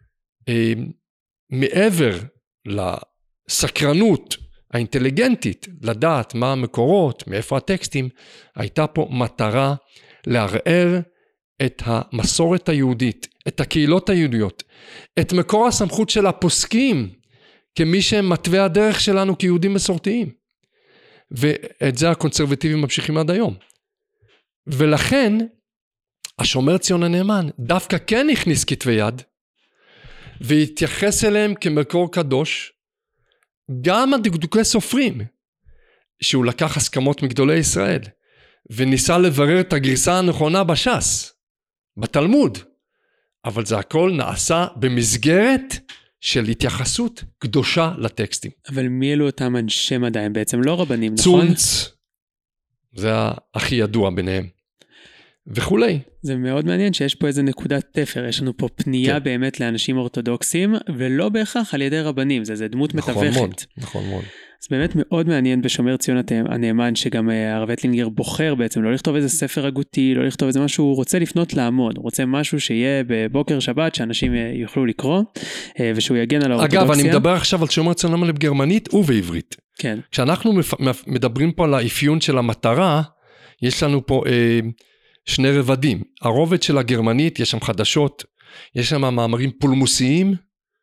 מעבר לסקרנות האינטליגנטית, לדעת מה המקורות, מאיפה הטקסטים, הייתה פה מטרה לערער את המסורת היהודית, את הקהילות היהודיות, את מקור הסמכות של הפוסקים, כמי שהם מטבע הדרך שלנו כיהודים מסורתיים. ואת זה הקונסרבטיבים ממשיכים עד היום. ולכן, השומר ציון הנאמן דווקא כן הכניס כתבי יד, והתייחס אליהם כמקור קדוש, גם הדקדוקי סופרים, שהוא לקח הסכמות מגדולי ישראל, וניסה לברר את הגרסה הנכונה בש"ס, בתלמוד, אבל זה הכל נעשה במסגרת של התייחסות קדושה לטקסטים. אבל מי אלו אותם אנשי מדע? הם בעצם לא רבנים, נכון? צונץ, זה הכי ידוע ביניהם. וכולי. זה מאוד מעניין שיש פה איזה נקודת תפר, יש לנו פה פנייה כן. באמת לאנשים אורתודוקסים, ולא בהכרח על ידי רבנים, זה דמות נכון מתווכת. מאוד, נכון מאוד. אז באמת מאוד מעניין בשומר ציון הנאמן, שגם הרב אטלינגר בוחר בעצם לא לכתוב איזה ספר הגותי, לא לכתוב איזה משהו, הוא רוצה לפנות לעמוד, הוא רוצה משהו שיהיה בבוקר שבת, שאנשים יוכלו לקרוא, ושהוא יגן על האורתודוקסיה. אגב, אני מדבר עכשיו על שומר ציון הנאמן בגרמנית ובעברית. כן. כשאנחנו מדברים פה על האפיון של המטרה, יש לנו פה שני רבדים. הרובד של הגרמנית, יש שם חדשות, יש שם מאמרים פולמוסיים.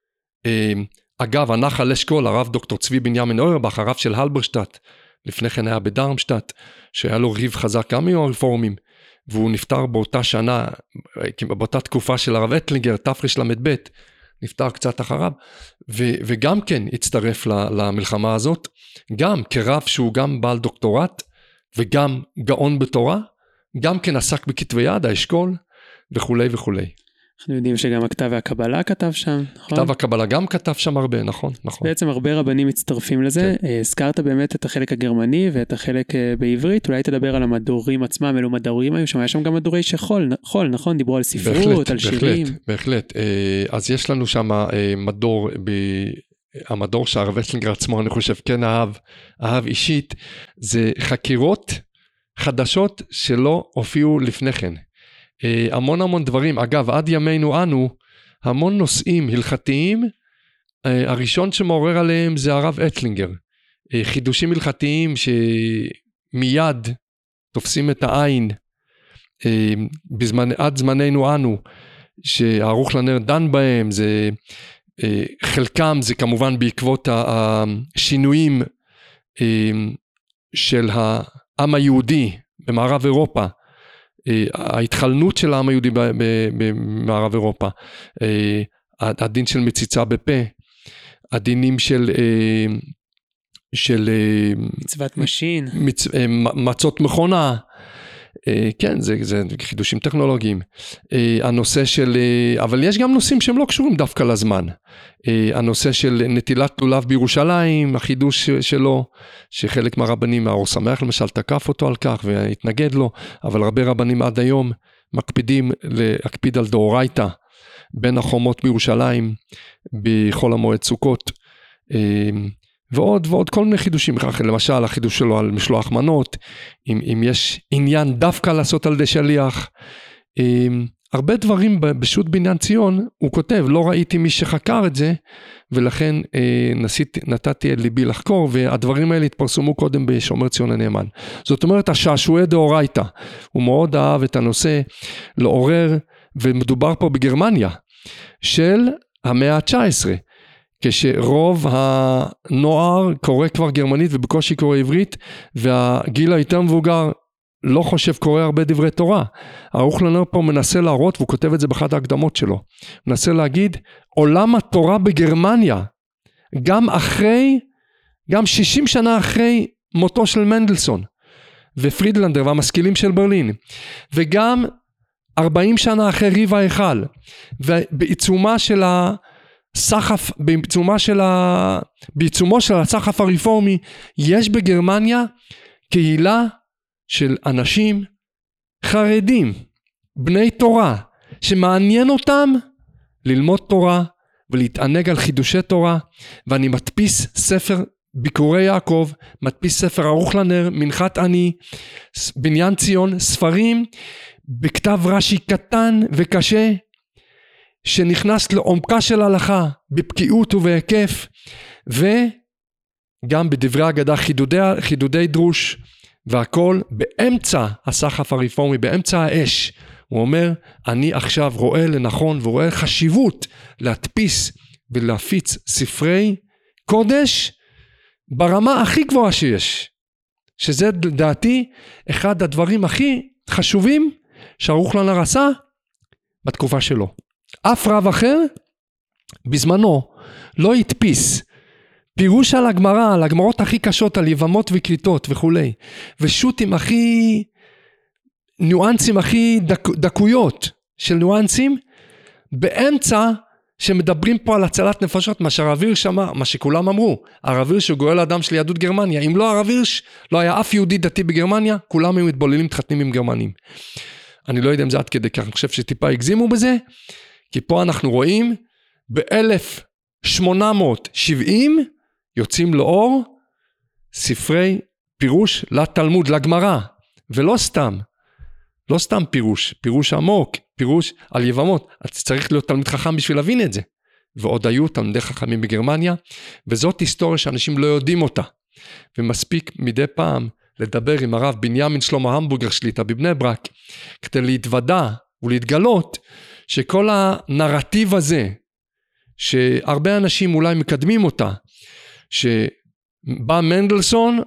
אגב, הנחל אשכול, הרב דוקטור צבי בנימין אוירבך, הרב של הלברשטאט, לפני כן היה בדרמשטאט, שהיה לו ריב חזק גם עם הרפורמים, והוא נפטר באותה שנה, באותה תקופה של הרב אטלינגר, תרל"ב, נפטר קצת אחריו, וגם כן הצטרף למלחמה הזאת, גם כרב שהוא גם בעל דוקטורט, וגם גאון בתורה, גם כן עסק בכתבי יד, האשכול, וכולי וכולי. אנחנו יודעים שגם הכתב והקבלה כתב שם, נכון? כתב הקבלה גם כתב שם הרבה, נכון, נכון. בעצם הרבה רבנים מצטרפים לזה, כן. הזכרת באמת את החלק הגרמני ואת החלק בעברית, אולי תדבר על המדורים עצמם, אלו מדורים היו שם, היה שם גם מדורי שחול, נכון? דיברו על ספרות, על שירים. בהחלט, אז יש לנו שם מדור, המדור שהרב אטלינגר עצמו, אני חושב, כן אהב אישית, זה חקירות חדשות שלא הופיעו לפני כן. המון דברים, אגב, עד ימינו אנו, המון נושאים הלכתיים, הראשון שמעורר עליהם זה הרב אטלינגר. חידושים הלכתיים שמיד תופסים את העין, עד זמננו אנו, שהערוך לנר דן בהם, זה, חלקם זה כמובן בעקבות השינויים של העם היהודי במערב אירופה, ההתחלנות של העם היהודי במערב אירופה, הדין של מציצה בפה, הדינים של מצוות משין, מצות מכונה, כן, זה חידושים טכנולוגיים. הנושא של, אבל יש גם נושאים שהם לא קשורים דווקא לזמן. הנושא של נטילת לולב בירושלים, החידוש שלו, שחלק מהרבנים, האור שמח למשל, תקף אותו על כך והתנגד לו, אבל הרבה רבנים עד היום מקפידים להקפיד על דאורייתא, בין החומות בירושלים, בחול המועד סוכות, ועוד כל מיני חידושים, למשל החידוש שלו על משלוח מנות, אם יש עניין דווקא לעשות על ידי שליח, הרבה דברים בשו"ת בניין ציון, הוא כותב, לא ראיתי מי שחקר את זה, ולכן נתתי את ליבי לחקור, והדברים האלה התפרסמו קודם בשומר ציון הנאמן. זאת אומרת, השעשועי דאורייתא, הוא מאוד אהב את הנושא לעורר, ומדובר פה בגרמניה, של המאה ה-19, כשרוב הנוער קורא כבר גרמנית ובקושי קורא עברית, והגיל היותר מבוגר לא חושב קורא הרבה דברי תורה. הערוך לנר פה מנסה להראות, והוא כותב את זה באחת ההקדמות שלו, מנסה להגיד, עולם התורה בגרמניה, גם 60 שנה אחרי מותו של מנדלסון, ופרידלנדר והמשכילים של ברלין, וגם 40 שנה אחרי ריב ההיכל, ובעיצומה של סחף, בעיצומו של הסחף הרפורמי, יש בגרמניה קהילה של אנשים חרדים, בני תורה, שמעניין אותם ללמוד תורה ולהתענג על חידושי תורה, ואני מדפיס ספר ביקורי יעקב, מדפיס ספר ערוך לנר, מנחת עני, בניין ציון, ספרים בכתב רש"י קטן וקשה, שנכנס לעומקה של הלכה, בפקיעות ובהיקף, וגם בדברי אגדה חידודי דרוש, והכל באמצע הסחף הרפורמי, באמצע האש. הוא אומר, אני עכשיו רואה לנכון ורואה חשיבות להדפיס ולהפיץ ספרי קודש ברמה הכי גבוהה שיש. שזה לדעתי אחד הדברים הכי חשובים שערוך לנר עשה בתקופה שלו. אף רב אחר בזמנו לא הדפיס פירוש על הגמרא, על הגמרות הכי קשות, על יבמות וקריטות וכולי, ושוטים הכי, ניואנסים הכי דקויות של ניואנסים, באמצע שמדברים פה על הצלת נפשות, מה שהרב הירש אמר, מה שכולם אמרו, הרב הירש הוא גואל האדם של יהדות גרמניה, אם לא הרב הירש, לא היה אף יהודי דתי בגרמניה, כולם היו מתבוללים, מתחתנים עם גרמנים. אני לא יודע אם זה עד כדי כך, אני חושב שטיפה הגזימו בזה, כי פה אנחנו רואים, ב-1870, יוצאים לאור, ספרי פירוש לתלמוד, לגמרא, ולא סתם, לא סתם פירוש, פירוש עמוק, פירוש על יבמות, אז צריך להיות תלמיד חכם בשביל להבין את זה, ועוד היו תלמידי חכמים בגרמניה, וזאת היסטוריה שאנשים לא יודעים אותה, ומספיק מדי פעם לדבר עם הרב בנימין שלמה המבורגר שליטה בבני ברק, כדי להתוודע ולהתגלות, שכל הנרטיב הזה, שהרבה אנשים אולי מקדמים אותה, שבא מנדלסון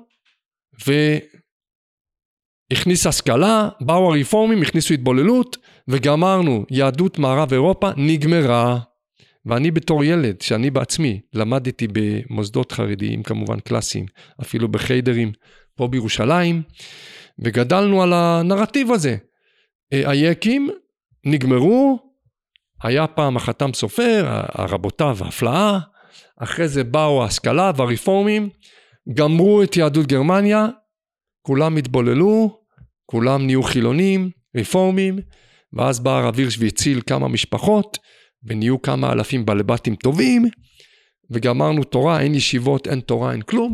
והכניס השכלה, באו הרפורמים, הכניסו התבוללות, וגמרנו, יהדות מערב אירופה נגמרה. ואני בתור ילד, שאני בעצמי למדתי במוסדות חרדיים, כמובן קלאסיים, אפילו בחיידרים פה בירושלים, וגדלנו על הנרטיב הזה. היקים נגמרו, היה פעם החתם סופר, הרבותיו והפלאה, אחרי זה באו ההשכלה והרפורמים, גמרו את יהדות גרמניה, כולם התבוללו, כולם נהיו חילונים, רפורמים, ואז בא הרב הירש והציל כמה משפחות, ונהיו כמה אלפים בלבטים טובים, וגמרנו תורה, אין ישיבות, אין תורה, אין כלום,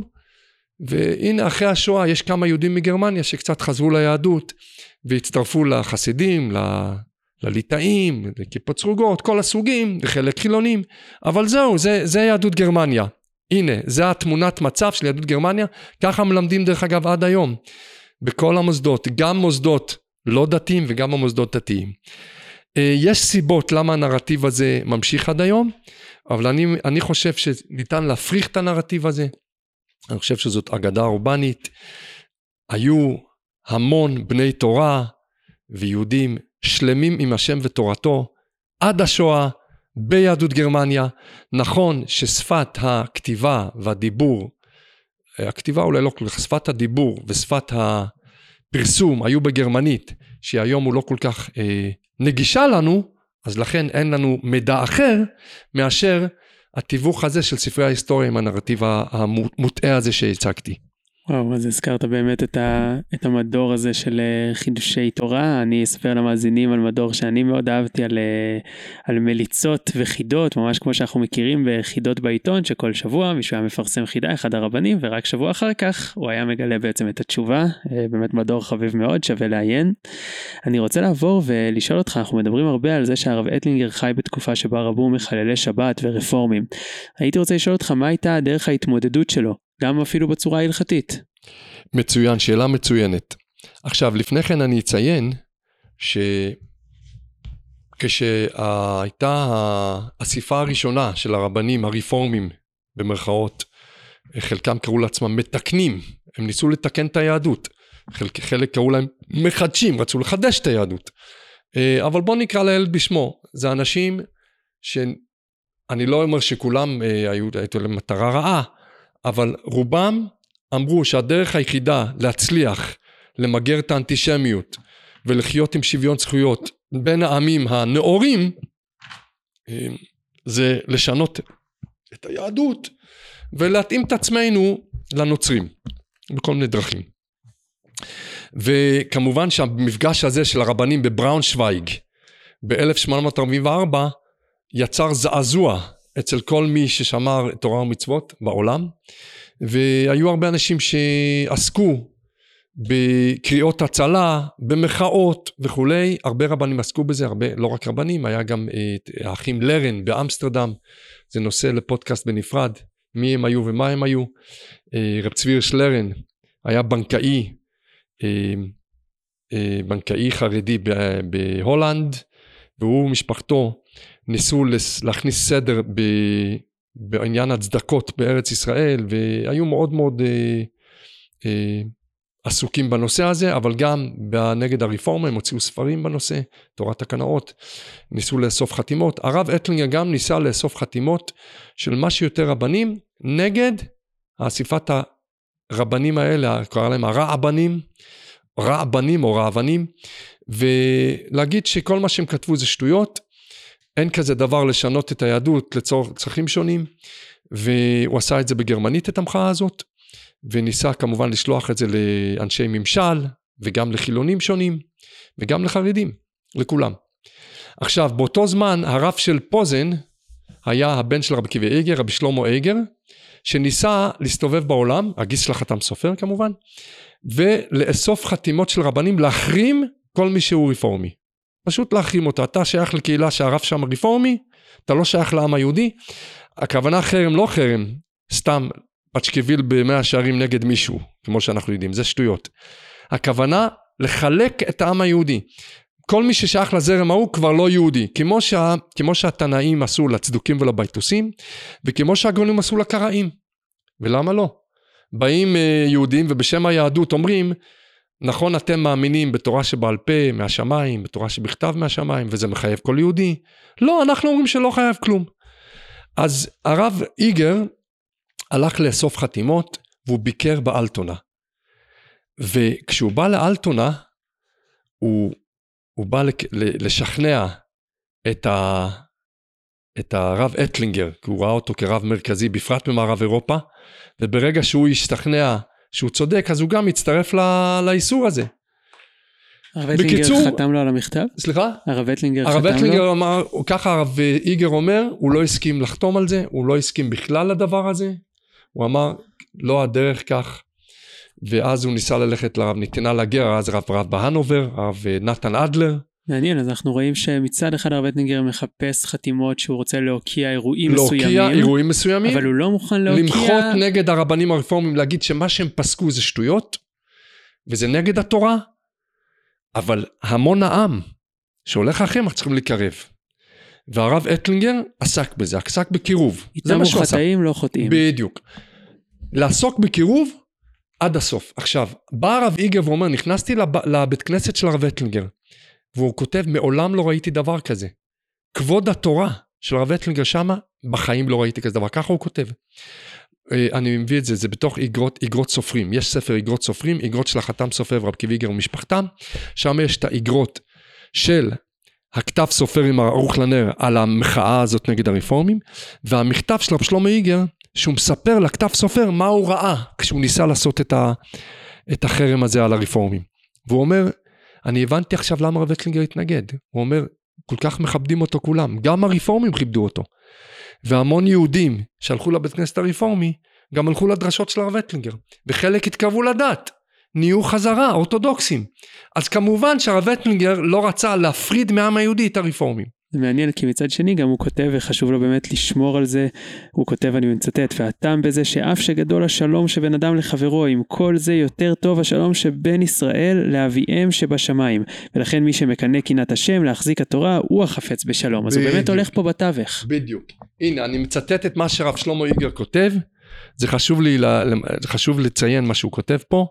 והנה אחרי השואה יש כמה יהודים מגרמניה שקצת חזרו ליהדות, והצטרפו לחסידים, לליטאים, לכיפות סרוגות, כל הסוגים, וחלק חילונים, אבל זהו, זה יהדות גרמניה. הנה, זה התמונת מצב של יהדות גרמניה, ככה מלמדים דרך אגב עד היום, בכל המוסדות, גם מוסדות לא דתיים וגם המוסדות דתיים. יש סיבות למה הנרטיב הזה ממשיך עד היום, אבל אני חושב שניתן להפריך את הנרטיב הזה, אני חושב שזאת אגדה אורבנית, היו המון בני תורה ויהודים שלמים עם השם ותורתו, עד השואה ביהדות גרמניה. נכון ששפת הכתיבה והדיבור, הכתיבה אולי לא כל כך, שפת הדיבור ושפת הפרסום היו בגרמנית, שהיום הוא לא כל כך נגישה לנו, אז לכן אין לנו מידע אחר מאשר התיווך הזה של ספרי ההיסטוריה עם הנרטיב המוטעה הזה שהצגתי. וואו, אז הזכרת באמת את המדור הזה של חידושי תורה. אני אספר למאזינים על מדור שאני מאוד אהבתי, על מליצות וחידות, ממש כמו שאנחנו מכירים בחידות בעיתון, שכל שבוע מישהו היה מפרסם חידה, אחד הרבנים, ורק שבוע אחר כך הוא היה מגלה בעצם את התשובה. באמת מדור חביב מאוד, שווה לעיין. אני רוצה לעבור ולשאול אותך, אנחנו מדברים הרבה על זה שהרב אטלינגר חי בתקופה שבה רבו מחללי שבת ורפורמים. הייתי רוצה לשאול אותך, מה הייתה דרך ההתמודדות שלו? גם אפילו בצורה ההלכתית. מצוין, שאלה מצוינת. עכשיו, לפני כן אני אציין כשהייתה האסיפה הראשונה של הרבנים הרפורמים, במרכאות, חלקם קראו לעצמם מתקנים, הם ניסו לתקן את היהדות, חלק קראו להם מחדשים, רצו לחדש את היהדות, אבל בוא נקרא לילד בשמו, זה אנשים שאני לא אומר שכולם הייתה להם מטרה רעה, אבל רובם אמרו שהדרך היחידה להצליח למגר את האנטישמיות ולחיות עם שוויון זכויות בין העמים הנאורים, זה לשנות את היהדות ולהתאים את עצמנו לנוצרים בכל מיני דרכים. וכמובן שהמפגש הזה של הרבנים בבראונשוויג ב-1844 יצר זעזוע אצל כל מי ששמר תורה ומצוות בעולם, והיו הרבה אנשים שעסקו בקריאות הצלה, במחאות וכולי, הרבה רבנים עסקו בזה, הרבה, לא רק רבנים, היה גם האחים לרן באמסטרדם, זה נושא לפודקאסט בנפרד, מי הם היו ומה הם היו. רב צבי הירש לרן היה בנקאי חרדי בהולנד, והוא ומשפחתו ניסו להכניס סדר בעניין הצדקות בארץ ישראל, והיו מאוד מאוד עסוקים בנושא הזה, אבל גם נגד הרפורמה, הם הוציאו ספרים בנושא, תורת הקנאות, ניסו לאסוף חתימות. הרב אטלינגר גם ניסה לאסוף חתימות של מה שיותר רבנים, נגד האסיפת הרבנים האלה, קורא להם רעבנים או רעבנים, ולהגיד שכל מה שהם כתבו זה שטויות, אין כזה דבר לשנות את היהדות לצרכים שונים, והוא עשה את זה בגרמנית את המחאה הזאת, וניסה כמובן לשלוח את זה לאנשי ממשל, וגם לחילונים שונים, וגם לחרדים, לכולם. עכשיו, באותו זמן, הרב של פוזן, היה הבן של רבי עקיבא איגר, רבי שלמה איגר, שניסה להסתובב בעולם, הגיס של החתם סופר כמובן, ולאסוף חתימות של רבנים, להחרים כל מי שהוא רפורמי. פשוט להחרים אותו. אתה שייך לקהילה שהרב שם רפורמי, אתה לא שייך לעם היהודי. הכוונה חרם לא חרם, סתם פצ'קוויל במאה שערים נגד מישהו, כמו שאנחנו יודעים, זה שטויות. הכוונה לחלק את העם היהודי. כל מי ששייך לזרם ההוא כבר לא יהודי, כמו שהתנאים עשו לצדוקים ולבייתוסים, וכמו שהגאונים עשו לקראים. ולמה לא? באים יהודים ובשם היהדות אומרים, נכון אתם מאמינים בתורה שבעל פה מהשמיים, בתורה שבכתב מהשמיים, וזה מחייב כל יהודי? לא, אנחנו אומרים שלא חייב כלום. אז הרב איגר הלך לאסוף חתימות, והוא ביקר באלטונה. וכשהוא בא לאלטונה, הוא בא לשכנע את הרב אטלינגר, כי הוא ראה אותו כרב מרכזי, בפרט במערב אירופה, וברגע שהוא ישתכנע שהוא צודק, אז הוא גם יצטרף לאיסור הזה. הרב אטלינגר חתם לו על המכתב? סליחה? הרב אטלינגר חתם לו? הרב אטלינגר אמר, ככה הרב איגר אומר, הוא לא הסכים לחתום על זה, הוא לא הסכים בכלל לדבר הזה, הוא אמר, לא הדרך כך, ואז הוא ניסה ללכת לרב נתינה לגר, אז רב בהנובר, הרב נתן אדלר. מעניין, אז אנחנו רואים שמצד אחד הרב אטלינגר מחפש חתימות שהוא רוצה להוקיע אירועים מסוימים. להוקיע אירועים מסוימים. אבל הוא לא מוכן להוקיע. למחות נגד הרבנים הרפורמים, להגיד שמה שהם פסקו זה שטויות, וזה נגד התורה, אבל המון העם שהולך אחריהם צריכים לקרב. והרב אטלינגר עסק בזה, עסק בקירוב. איתם הוא חטאים לא חוטאים. בדיוק. לעסוק בקירוב עד הסוף. עכשיו, בא הרב איגר ואומר, נכנסתי לבית כנסת של הרב אטלינגר, והוא כותב, מעולם לא ראיתי דבר כזה. כבוד התורה של הרב אטלינגר שמה, בחיים לא ראיתי כזה דבר. ככה הוא כותב. אני מביא את זה, זה בתוך איגרות סופרים. יש ספר איגרות סופרים, איגרות של החתם סופר ורב עקיבא איגר ומשפחתם. שם יש את האיגרות של הכתב סופר עם ערוך לנר על המחאה הזאת נגד הרפורמים, והמכתב של רב שלמה איגר, שהוא מספר לכתב סופר מה הוא ראה, כשהוא ניסה לעשות את החרם הזה על הרפורמים. והוא אומר, אני הבנתי עכשיו למה הרב אטלינגר התנגד. הוא אומר, כל כך מכבדים אותו כולם, גם הרפורמים כיבדו אותו. והמון יהודים שהלכו לבית כנסת הרפורמי, גם הלכו לדרשות של הרב אטלינגר, וחלק התקרבו לדת, נהיו חזרה, אורתודוקסים. אז כמובן שהרב אטלינגר לא רצה להפריד מהעם היהודי את הרפורמים. זה מעניין, כי מצד שני גם הוא כותב, וחשוב לו באמת לשמור על זה, הוא כותב, אני מצטט, והטעם בזה שאף שגדול השלום שבין אדם לחברו, עם כל זה יותר טוב השלום שבין ישראל לאביהם שבשמיים, ולכן מי שמקנה קינת השם להחזיק התורה, הוא החפץ בשלום, אז הוא באמת הולך פה בתווך. בדיוק. הנה, אני מצטט את מה שרב שלמה איגר כותב, זה חשוב לציין מה שהוא כותב פה.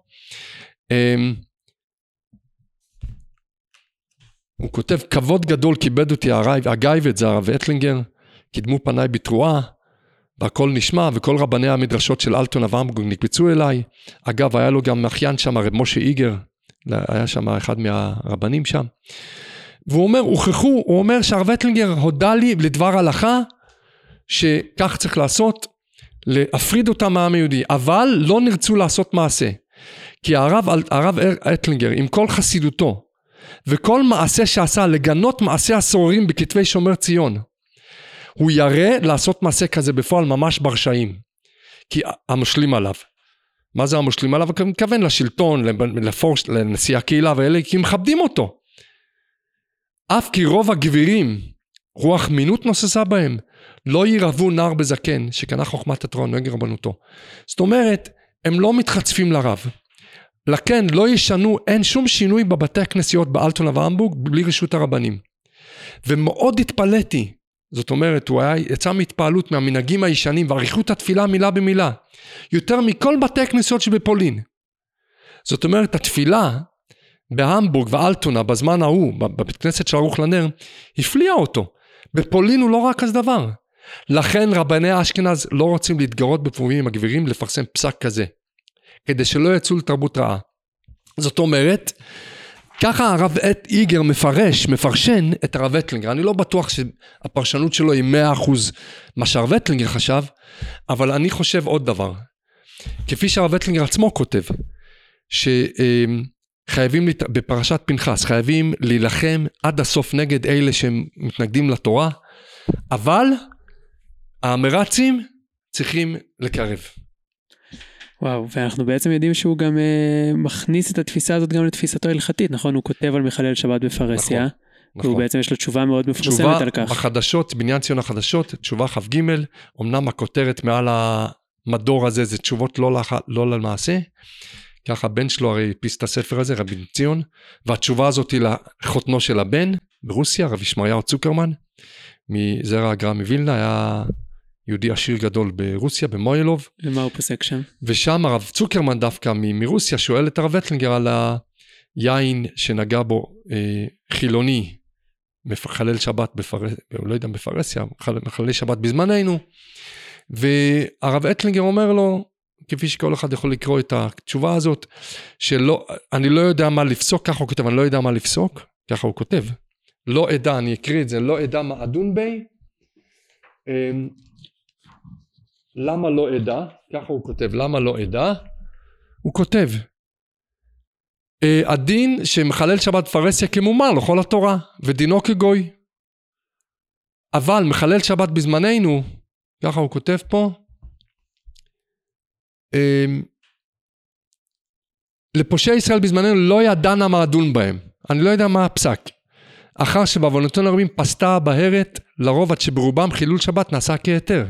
הוא כותב, כבוד גדול כיבד אותי הגייבד, זה הרב אטלינגר, קידמו פניי בתרועה, והכל נשמע, וכל רבני המדרשות של אלטונה והמבורג נקבצו אליי. אגב, היה לו גם אחיין שם, הרב משה איגר, היה שם אחד מהרבנים שם. והוא אומר, הוא אומר שהרב אטלינגר הודע לי לדבר הלכה, שכך צריך לעשות, להפריד אותם מהעם היהודי, אבל לא נרצו לעשות מעשה. כי הרב אטלינגר, עם כל חסידותו, וכל מעשה שעשה, לגנות מעשה הסוררים בכתבי שומר ציון, הוא יראה לעשות מעשה כזה בפועל ממש ברשעים, כי המושלים עליו. מה זה המושלים עליו? הוא מכוון לשלטון, לנשיא הקהילה ואלה, כי הם מכבדים אותו. אף כי רוב הגבירים, רוח מינות נוססה בהם, לא ירבו נער בזקן, שקנה חוכמת התורה נגד רבנותו. זאת אומרת, הם לא מתחצפים לרב. לכן לא ישנו, אין שום שינוי בבתי הכנסיות באלטונה והמבורג, בלי רשות הרבנים. ומאוד התפלאתי, זאת אומרת, הוא יצא מהתפעלות מהמנהגים הישנים, ועריכות התפילה מילה במילה, יותר מכל בתי הכנסיות שבפולין. זאת אומרת, התפילה בהמבורג ואלטונה, בזמן ההוא, בבית כנסת של ערוך לנר, הפליאה אותו. בפולין הוא לא רק אז דבר. לכן רבני אשכנז לא רוצים להתגרות בפורים הגבירים לפרסם פסק כזה, כדי שלא יצאו לתרבות רעה. זאת אומרת, ככה הרב איגר מפרשן את הרב אטלינגר. אני לא בטוח שהפרשנות שלו היא 100% מה שהרב אטלינגר חשב, אבל אני חושב עוד דבר. כפי שהרב אטלינגר עצמו כותב, שחייבים, בפרשת פנחס, חייבים להילחם עד הסוף נגד אלה שמתנגדים לתורה, אבל האמרצים צריכים לקרב. וואו, ואנחנו בעצם יודעים שהוא גם מכניס את התפיסה הזאת גם לתפיסתו ההלכתית, נכון? הוא כותב על מחלל שבת בפרהסיה, נכון. והוא בעצם יש לו תשובה מאוד מפורסמת על כך. תשובה בחדשות, בניין ציון החדשות, תשובה כ"ג, אמנם הכותרת מעל המדור הזה, זה תשובות לא למעשה, ככה הבן שלו הרי פיס את הספר הזה, רבי ציון, והתשובה הזאת היא לחותנו של הבן, ברוסיה, רבי שמריהו צוקרמן, מזרע הגר"א מווילנה, היה יהודי עשיר גדול ברוסיה, במוילוב. ומה הוא פוסק שם? ושם הרב צוקרמן דווקא מרוסיה, שואל את הרב אטלינגר על היין שנגע בו חילוני, מחלל שבת לא יודע, בפרהסיה, מחללי שבת בזמננו, והרב אטלינגר אומר לו, כפי שכל אחד יכול לקרוא את התשובה הזאת, אני לא יודע מה לפסוק, ככה הוא כותב, אני לא יודע מה לפסוק, ככה הוא כותב, לא עדה, אני אקריא את זה, לא עדה מה אדון בי, למה לא עדה, ככה הוא כותב, למה לא עדה, הוא כותב, הדין שמחלל שבת בפרהסיה כמומר לכל התורה, ודינו כגוי, אבל מחלל שבת בזמננו, ככה הוא כותב פה, לפושעי ישראל בזמננו לא ידענה מה אדון בהם, אני לא יודע מה הפסק, אחר שבעוונותינו הרבים פסתה בהרת, לרוב עד שברובם חילול שבת נעשה כהיתר.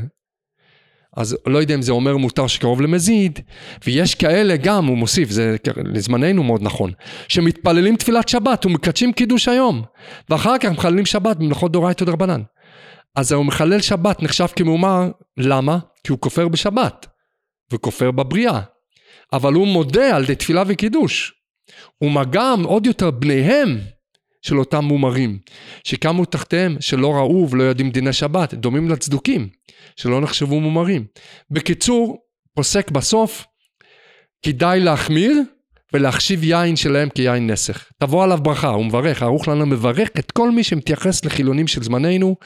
אז לא יודע אם זה אומר מותר שקרוב למזיד, ויש כאלה גם, הוא מוסיף, זה לזמננו מאוד נכון, שמתפללים תפילת שבת ומקדשים קידוש היום, ואחר כך מחללים שבת במלאכות דאורייתא דרבנן. אז הוא מחלל שבת נחשב כמומר, למה? כי הוא כופר בשבת, וכופר בבריאה. אבל הוא מודה על ידי תפילה וקידוש. ומגם עוד יותר בניהם של אותם מומרים, שקמו תחתיהם שלא ראו ולא יודעים דיני שבת, דומים לצדוקים, שלא נחשבו מומרים. בקיצור, פוסק בסוף, כדאי להחמיר ולהחשיב יין שלהם כיין נסך. תבוא עליו ברכה, הוא מברך, ערוך לנר מברך את כל מי שמתייחס לחילונים של זמננו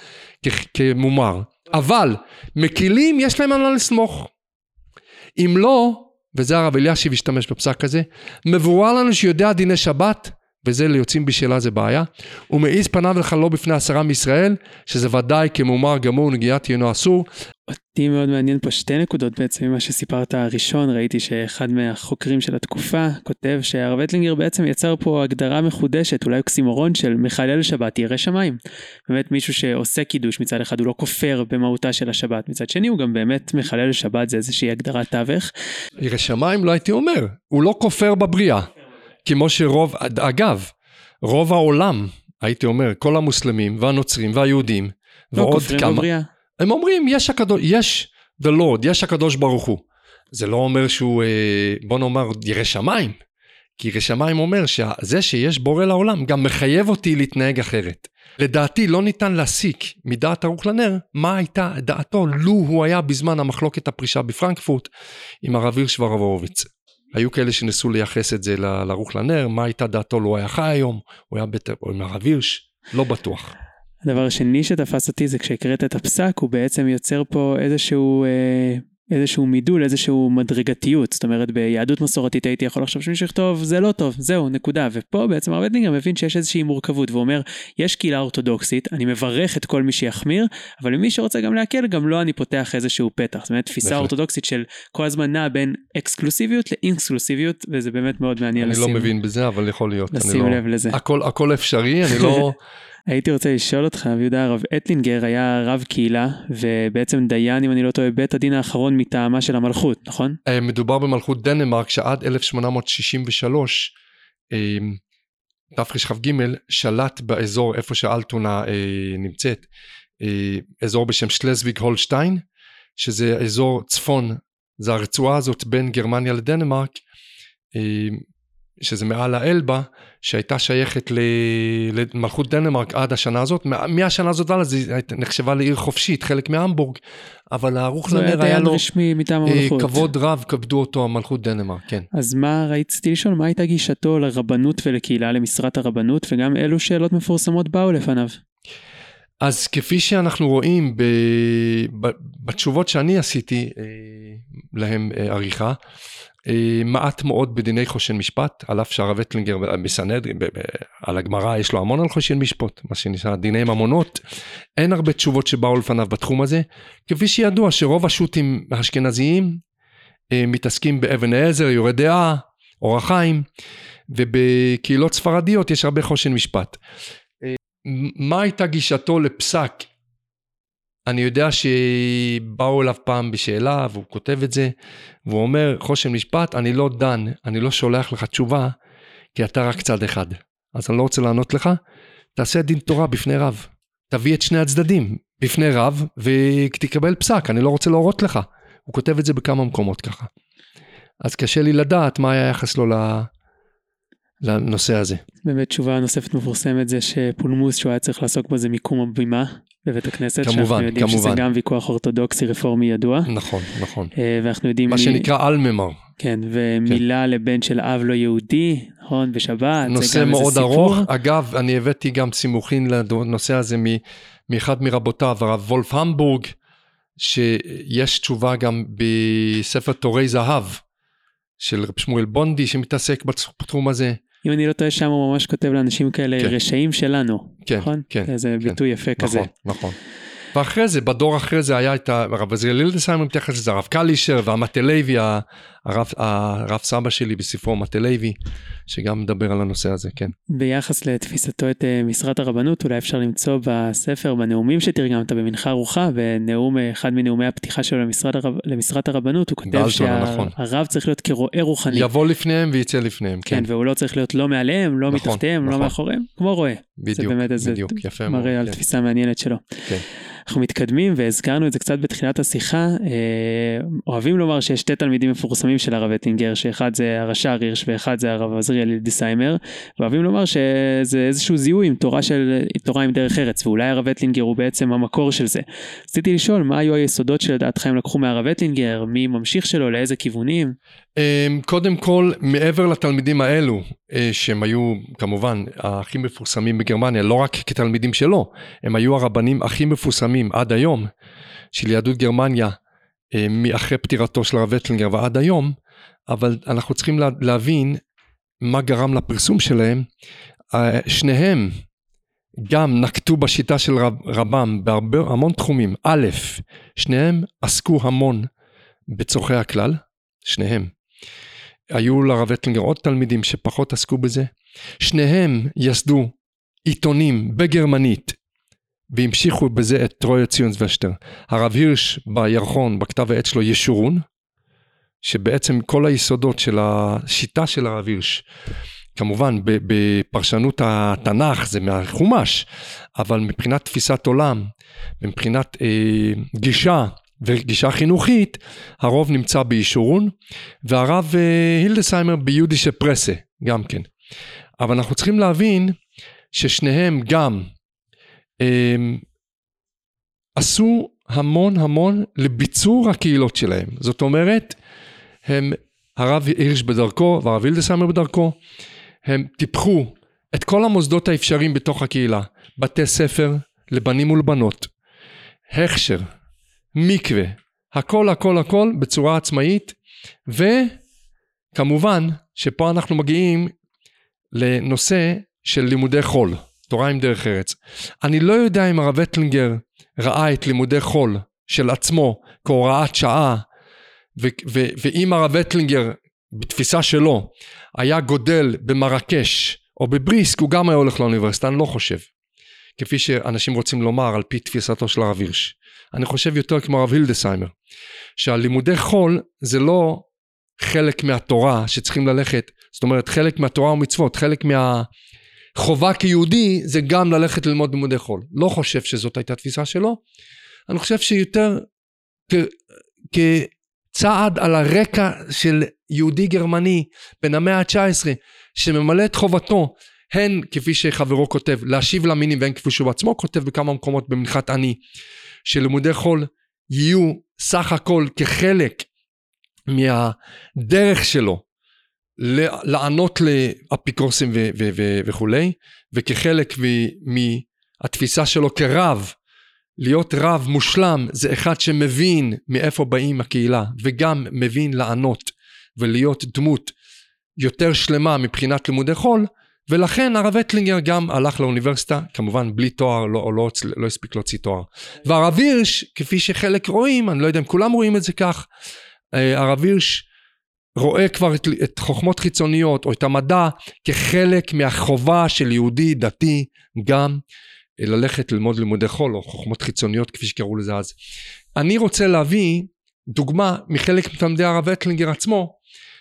כמומר. אבל מקילים יש להם על מה לסמוך. אם לא, וזה הרב אלישיב השתמש בפסק הזה, מבואר לנו שיודע דיני שבת, וזה ליוצאים בשאלה זה בעיה, ומעיז פניו לך לא בפני 10 מישראל, שזה ודאי כמומר גמור נגיעת ינו אסור. אותי מאוד מעניין פה 2 נקודות בעצם ממה שסיפרת הראשון, ראיתי שאחד מהחוקרים של התקופה כותב שהרב אטלינגר בעצם יצר פה הגדרה מחודשת, אולי אוקסימורון של מחלל שבת ירא שמיים. באמת מישהו שעושה קידוש מצד אחד הוא לא כופר במהותה של השבת, מצד שני הוא גם באמת מחלל שבת, זה איזושהי הגדרת תווך. ירא שמיים לא הייתי אומר, הוא לא כופר בבריאה. כמו שרוב, אגב, רוב העולם, הייתי אומר, כל המוסלמים והנוצרים והיהודים, ועוד כמה, בבריאה. הם אומרים, יש the Lord, יש הקדוש ברוך הוא. זה לא אומר שהוא, בוא נאמר, ירא שמיים, כי ירא שמיים אומר שזה שיש בורא לעולם, גם מחייב אותי להתנהג אחרת. לדעתי לא ניתן להסיק מדעת ערוך לנר, מה הייתה דעתו, לו הוא היה בזמן המחלוקת הפרישה בפרנקפורט, עם הרב הירש והרב הורוביץ. היו כאלה שנסו לייחס את זה לערוך לנר, מה הייתה דעתו, לא היה חי היום, הוא היה בטח, או עם הרב הירש, לא בטוח. הדבר השני שתפס אותי זה כשהקראת את הפסק, הוא בעצם יוצר פה איזשהו מידול, איזשהו מדרגתיות, זאת אומרת ביהדות מסורתית הייתי יכול לחשוב שמישהו יכתוב, זה לא טוב, זהו, נקודה, ופה בעצם הרב אטלינגר מבין שיש איזושהי מורכבות, והוא אומר, יש קהילה אורתודוקסית, אני מברך את כל מי שיחמיר, אבל למי שרוצה גם להקל, גם לא אני פותח איזשהו פתח, זאת אומרת תפיסה אורתודוקסית של כל הזמן נע בין אקסקלוסיביות לאינסקלוסיביות, וזה באמת מאוד מעניין אני לא מבין בזה, אבל יכול להיות, לשים לב לזה. הכל אפשרי, אני לא... הייתי רוצה לשאול אותך, ויהודה, הרב אטלינגר היה רב קהילה, ובעצם דיין, אם אני לא טועה, בית הדין האחרון מטעמה של המלכות, נכון? מדובר במלכות דנמרק, שעד 1863, תרכ"ג, שלט באזור איפה שאלטונה נמצאת, אזור בשם שלזוויג הולשטיין, שזה אזור צפון, זה הרצועה הזאת בין גרמניה לדנמרק, שזה מעל האלבה, שהייתה שייכת למלכות דנמרק עד השנה הזאת, מהשנה הזאת עלה, זה נחשבה לעיר חופשית, חלק מהמבורג, אבל הערוך לנר היה לו כבוד רב, כבדו אותו המלכות דנמרק, כן. אז מה רציתי לשאול, מה הייתה גישתו לרבנות ולקהילה, למשרת הרבנות, וגם אילו שאלות מפורסמות באו לפניו? אז כפי שאנחנו רואים בתשובות שאני עשיתי להם עריכה, מעט מאוד בדיני חושן משפט, על אף שהרב אטלינגר בסנהדרין, על הגמרא יש לו המון על חושן משפט, מה שנשאר דיני ממונות, אין הרבה תשובות שבאו לפניו בתחום הזה, כפי שידוע שרוב השו"תים האשכנזיים מתעסקים באבן העזר, יורה דעה, אור החיים, ובקהילות ספרדיות יש הרבה חושן משפט. מה הייתה גישתו לפסק? אני יודע שבאו אליו פעם בשאלה, והוא כותב את זה, והוא אומר, חושן משפט, אני לא דן, אני לא שולח לך תשובה, כי אתה רק צד אחד. אז אני לא רוצה לענות לך, תעשה דין תורה בפני רב. תביא את שני הצדדים בפני רב, ותקבל פסק, אני לא רוצה להורות לך. הוא כותב את זה בכמה מקומות ככה. אז קשה לי לדעת מה היה יחס לו לנושא הזה. באמת תשובה נוספת מפורסמת זה שפולמוס שהוא היה צריך לעסוק בו זה מיקום הבימה בבית הכנסת. כמובן, שאנחנו יודעים כמובן. שזה גם ויכוח אורתודוקסי רפורמי ידוע. נכון, נכון. ואנחנו יודעים... מה שנקרא אלממר. כן, ומילה לבן של אב לא יהודי, נכון, בשבת. נושא מאוד ארוך. אגב, אני הבאתי גם סימוכין לנושא הזה מאחד מרבותיו, הרב וולף המבורג, שיש תשובה גם בספר תורי זהב, של רב שמואל בונדי שמתעסק בתחום הזה. אם אני לא טועה שם הוא ממש כותב לאנשים כאלה רשעים שלנו, נכון? כן. זה ביטוי יפה כזה. נכון. ואחרי זה, בדור אחרי זה היה את הרב עזריאל הילדסהיימר מתייחס לזה, הרב קלישר והמטה לוי, הרב סבא שלי בספרו מטה לוי, שגם מדבר על הנושא הזה, כן. ביחס לתפיסתו את משרת הרבנות, אולי אפשר למצוא בספר, בנאומים שתרגמת במנחה ארוחה, בנאום, אחד מנאומי הפתיחה שלו למשרת הרבנות, הוא כותב שהרב צריך להיות כרועה רוחני. יבוא לפניהם ויצא לפניהם, כן. והוא לא צריך להיות לא מעליהם, לא מתחתיהם, לא מאחוריהם, כמו רועה. בדיוק, יפה מאוד. מראה על תפיסה המעניינת שלו. כן. אנחנו מתקדמים והזכרנו את זה קצת בתחילת השיחה, אוהבים לומר שיש שתי תלמידים מפורסמים של הרב אטלינגר, שאחד זה הרש"ר הירש ואחד זה הרב עזריאל הילדסהיימר, ואוהבים לומר שזה איזשהו זיהוי עם תורה עם דרך ארץ, ואולי הרב אטלינגר הוא בעצם המקור של זה. רציתי לשאול, מה היו היסודות שלדעתכם לקחו מהרב אטלינגר, מי ממשיך שלו, לאיזה כיוונים? קודם כל, מעבר לתלמידים האלו, שהם היו כמובן הכי מפורסמים בגרמניה, לא רק כתלמידים שלו, הם היו הרבנים הכי מפורסמים עד היום, של יהדות גרמניה, מאחרי פטירתו של הרב אטלינגר ועד היום, אבל אנחנו צריכים להבין מה גרם לפרסום שלהם. שניהם גם נקטו בשיטה של רבם בהמון תחומים. א', שניהם עסקו המון בצורכי הכלל, שניהם. היו לרב אטלינגר עוד תלמידים שפחות עסקו בזה. שניהם יסדו עיתונים בגרמנית, והמשיכו בזה את טרויה ציון זוושטר. הרב הירש בירחון, בכתב העת שלו ישורון, שבעצם כל היסודות של השיטה של הרב הירש, כמובן בפרשנות התנ"ך זה מהחומש, אבל מבחינת תפיסת עולם, מבחינת גישה וגישה חינוכית, הרוב נמצא בישורון, והרב הילדסהיימר ביודישה פרסה, גם כן. אבל אנחנו צריכים להבין ששניהם גם עשו המון לביצור הקהילות שלהם. זאת אומרת, הם, הרב הירש בדרכו והרב הילדסהיימר בדרכו, הם טיפחו את כל המוסדות האפשריים בתוך הקהילה, בתי ספר לבנים ולבנות, הכשר, מקווה, הכל בצורה עצמאית, וכמובן שפה אנחנו מגיעים לנושא של לימודי חול, תורה עם דרך ארץ. אני לא יודע אם הרב אטלינגר ראה את לימודי חול של עצמו כהוראת שעה, ואם הרב אטלינגר בתפיסה שלו היה גודל במרקש או בבריסק, הוא גם היה הולך לאוניברסיטה, אני לא חושב. כפי שאנשים רוצים לומר על פי תפיסתו של הרב הירש. אני חושב יותר כמו הרב הילדסהיימר, שהלימודי חול זה לא חלק מהתורה שצריכים ללכת, זאת אומרת חלק מהתורה ומצוות, חלק מהחובה כיהודי זה גם ללכת ללמוד לימודי חול. לא חושב שזאת הייתה תפיסה שלו, אני חושב שיותר כצעד על הרקע של יהודי גרמני בין המאה ה-19, שממלא את חובתו, הן כפי שחברו כותב, להשיב למינים, והן כפי שהוא בעצמו כותב בכמה מקומות במנחת אני, שלימודי חול יהיו סך הכל כחלק מהדרך שלו, לענות לאפיקורסים וכולי, וכחלק מהתפיסה שלו כרב, להיות רב מושלם, זה אחד שמבין מאיפה באים הקהילה, וגם מבין לענות, ולהיות דמות יותר שלמה מבחינת לימודי חול, ולכן הרב אטלינגר גם הלך לאוניברסיטה, כמובן בלי תואר, לא הספיק להוציא תואר. והרב הירש, כפי שחלק רואים, אני לא יודע אם כולם רואים את זה כך, הרב הירש רואה כבר את חוכמות חיצוניות, או את המדע, כחלק מהחובה של יהודי דתי, גם ללכת ללמוד לימודי חול, או חוכמות חיצוניות, כפי שקראו לזה אז. אני רוצה להביא דוגמה מחלק מתלמידי הרב אטלינגר עצמו,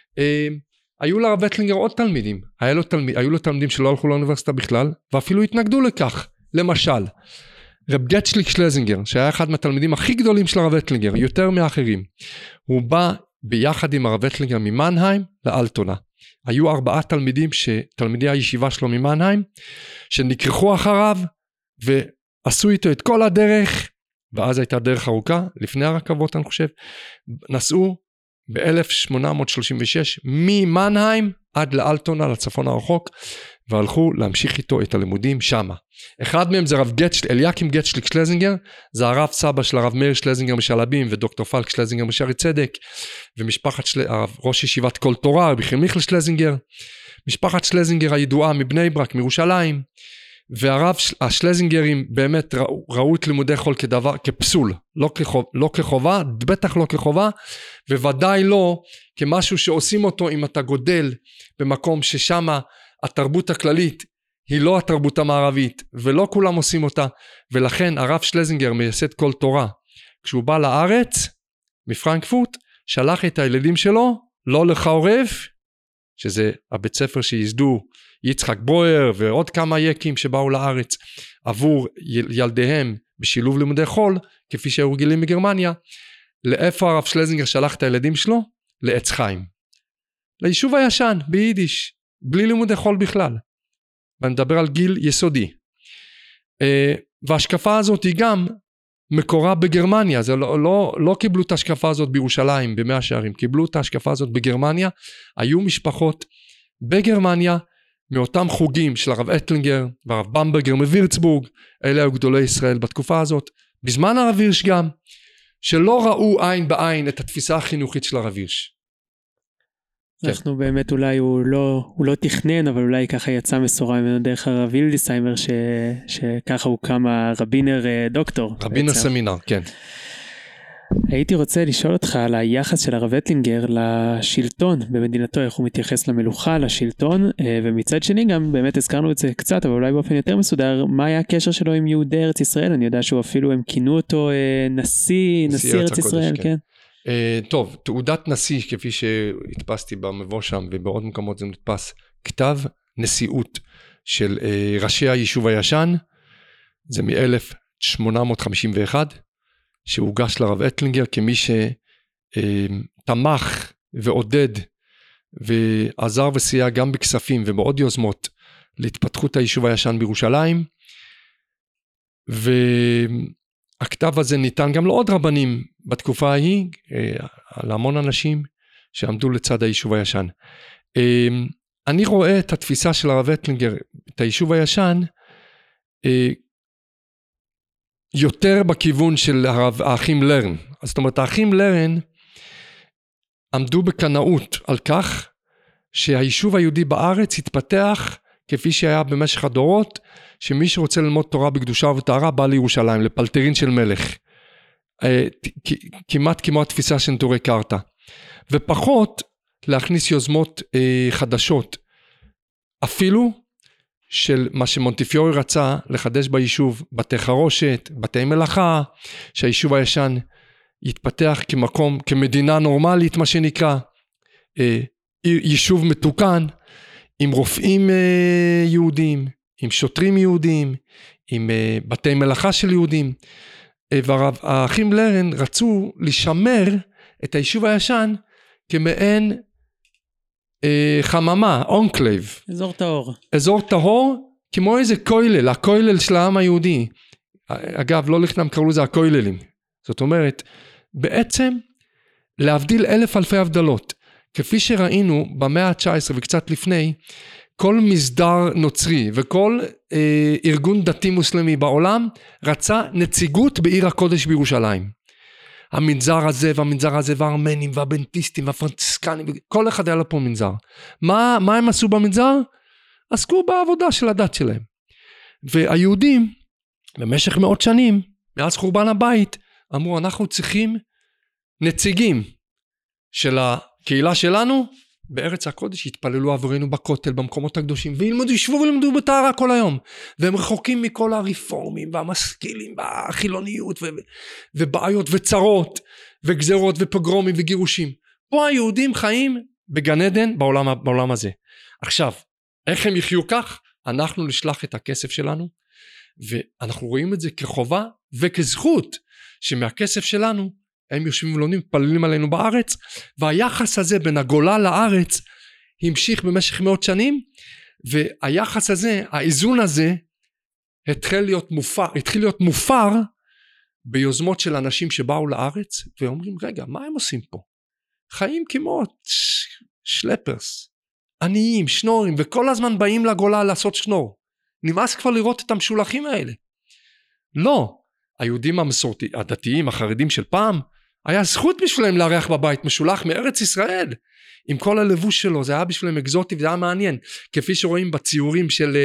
היו לרב אטלינגר עוד תלמידים, היו לו תלמידים שלא הלכו לאוניברסיטה בכלל, ואפילו התנגדו לכך. למשל, רב גטשליק שלזינגר, שהיה אחד מהתלמידים הכי גדולים של הרב אטלינגר, יותר מאחרים, הוא בא ביחד עם הרב אטלינגר ממנהיים לאלטונה. היו 4 תלמידים, תלמידי הישיבה שלו ממנהיים, שנקרחו אחריו, ועשו איתו את כל הדרך, ואז הייתה דרך ארוכה, לפני הרכבות אני חושב, נסעו, ב-1836 ממנהיים עד לאלטונה לצפון הרחוק, והלכו להמשיך איתו את הלימודים שמה. אחד מהם זה אליקים גטשליק שלזינגר, זה הרב סבא של הרב מאיר שלזינגר משלבים, ודוקטור פלק שלזינגר משערי צדק, ומשפחת ראש ישיבת כל תורה, רבי מיכל שלזינגר, משפחת שלזינגר הידועה מבני ברק, מירושלים, והרב השלזינגרים באמת ראו את לימודי חול כפסול, לא כחובה, בטח לא כחובה, וודאי לא כמשהו שעושים אותו אם אתה גודל במקום ששם התרבות הכללית היא לא התרבות המערבית, ולא כולם עושים אותה, ולכן הרב שלזינגר מייסד כל תורה, כשהוא בא לארץ, מפרנקפורט, שלח את הילדים שלו, לא לחורף, שזה הבית ספר שיסדו יצחק ברויר ועוד כמה יקים שבאו לארץ עבור ילדיהם בשילוב לימודי חול, כפי שהיו רגילים בגרמניה. לאיפה הרב שלזינגר שלח את הילדים שלו? לעץ חיים. ליישוב הישן, ביידיש, בלי לימודי חול בכלל. ואני מדבר על גיל יסודי. וההשקפה הזאת היא גם מקורה בגרמניה, זה לא קיבלו את ההשקפה הזאת בירושלים, במאה שערים, קיבלו את ההשקפה הזאת בגרמניה, היו משפחות בגרמניה, מאותם חוגים של הרב אטלינגר והרב במברגר מווירצבורג, אלה היו גדולי ישראל בתקופה הזאת, בזמן הרב הירש גם, שלא ראו עין בעין את התפיסה החינוכית של הרב הירש. אנחנו באמת אולי הוא לא תכנן, אבל אולי ככה יצא מסורה ממנו דרך הרב הילדיסהיימר, שככה הוקם הרבינר דוקטור. רבינר סמינר, כן. הייתי רוצה לשאול אותך על היחס של הרב אטלינגר לשלטון במדינתו, איך הוא מתייחס למלוכה, לשלטון, ומצד שני גם באמת הזכרנו את זה קצת, אבל אולי באופן יותר מסודר, מה היה הקשר שלו עם יהודי ארץ ישראל? אני יודע שהוא אפילו, הם כינו אותו נשיא ארץ ישראל, כן. טוב, תעודת נשיא, כפי שהתפסתי במבוא שם, ובעוד מקומות זה נתפס, כתב נשיאות של ראשי היישוב הישן, זה מ-1851, שהוגש לרב אטלינגר כמי שתמך ועודד ועזר וסייע גם בכספים ובעוד יוזמות להתפתחות היישוב הישן בירושלים, והכתב הזה ניתן גם לעוד רבנים בתקופה ההיא, להמון אנשים שעמדו לצד היישוב הישן. אני רואה את התפיסה של הרב אטלינגר, את היישוב הישן, יותר בכיוון של האחים לרן. זאת אומרת, האחים לרן עמדו בקנאות על כך שהיישוב היהודי בארץ התפתח כפי שהיה במשך הדורות, שמי שרוצה ללמוד תורה בקדושה ובטהרה בא לירושלים, לפלטרין של מלך. כמעט כמו התפיסה של נטורי קרתא. ופחות להכניס יוזמות חדשות. אפילו של מה שמונטיפיורי רצה לחדש ביישוב, בתי חרושת, בתי מלאכה, שהיישוב הישן יתפתח כמקום, כמדינה נורמלית, מה שנקרא, יישוב מתוקן, עם רופאים יהודים, עם שוטרים יהודים, עם בתי מלאכה של יהודים, והאחים לרן רצו לשמר את היישוב הישן כמעין חממה, אונקלייב. אזור טהור. אזור טהור, כמו איזה כולל, הכולל של העם היהודי. אגב, לא לכנם קראו לזה הכוללים. זאת אומרת, בעצם, להבדיל אלף אלפי הבדלות. כפי שראינו במאה ה-19 וקצת לפני, כל מסדר נוצרי וכל ארגון דתי מוסלמי בעולם רצה נציגות בעיר הקודש בירושלים. המנזר הזה והמנזר הזה והארמנים והבנטיסטים והפרנציסקנים, כל אחד היה לו פה מנזר. מה הם עשו במנזר? עסקו בעבודה של הדת שלהם. והיהודים במשך מאות שנים, מאז חורבן הבית, אמרו אנחנו צריכים נציגים של הקהילה שלנו, בארץ הקודש יתפללו עבורנו בכותל, במקומות הקדושים, וילמדו, ישבו ולמדו בטהרה כל היום, והם רחוקים מכל הרפורמים, והמשכילים, והחילוניות, ובעיות וצרות, וגזרות ופוגרומים וגירושים. פה היהודים חיים בגן עדן בעולם הזה. עכשיו, איך הם יחיו כך? אנחנו נשלח את הכסף שלנו, ואנחנו רואים את זה כחובה וכזכות, שמהכסף שלנו, הם יושבים ולומדים, מתפללים עלינו בארץ, והיחס הזה בין הגולה לארץ, המשיך במשך מאות שנים, והיחס הזה, האיזון הזה, התחיל להיות מופר, ביוזמות של אנשים שבאו לארץ, ואומרים, רגע, מה הם עושים פה? חיים כמו שלפרס, עניים, שנורים, וכל הזמן באים לגולה לעשות שנור. נמאס כבר לראות את המשולחים האלה. לא. היהודים המסורתיים, הדתיים, החרדים של פעם, היה זכות בשבילם לארח בבית משולח מארץ ישראל, עם כל הלבוש שלו, זה היה בשבילם אקזוטי וזה היה מעניין, כפי שרואים בציורים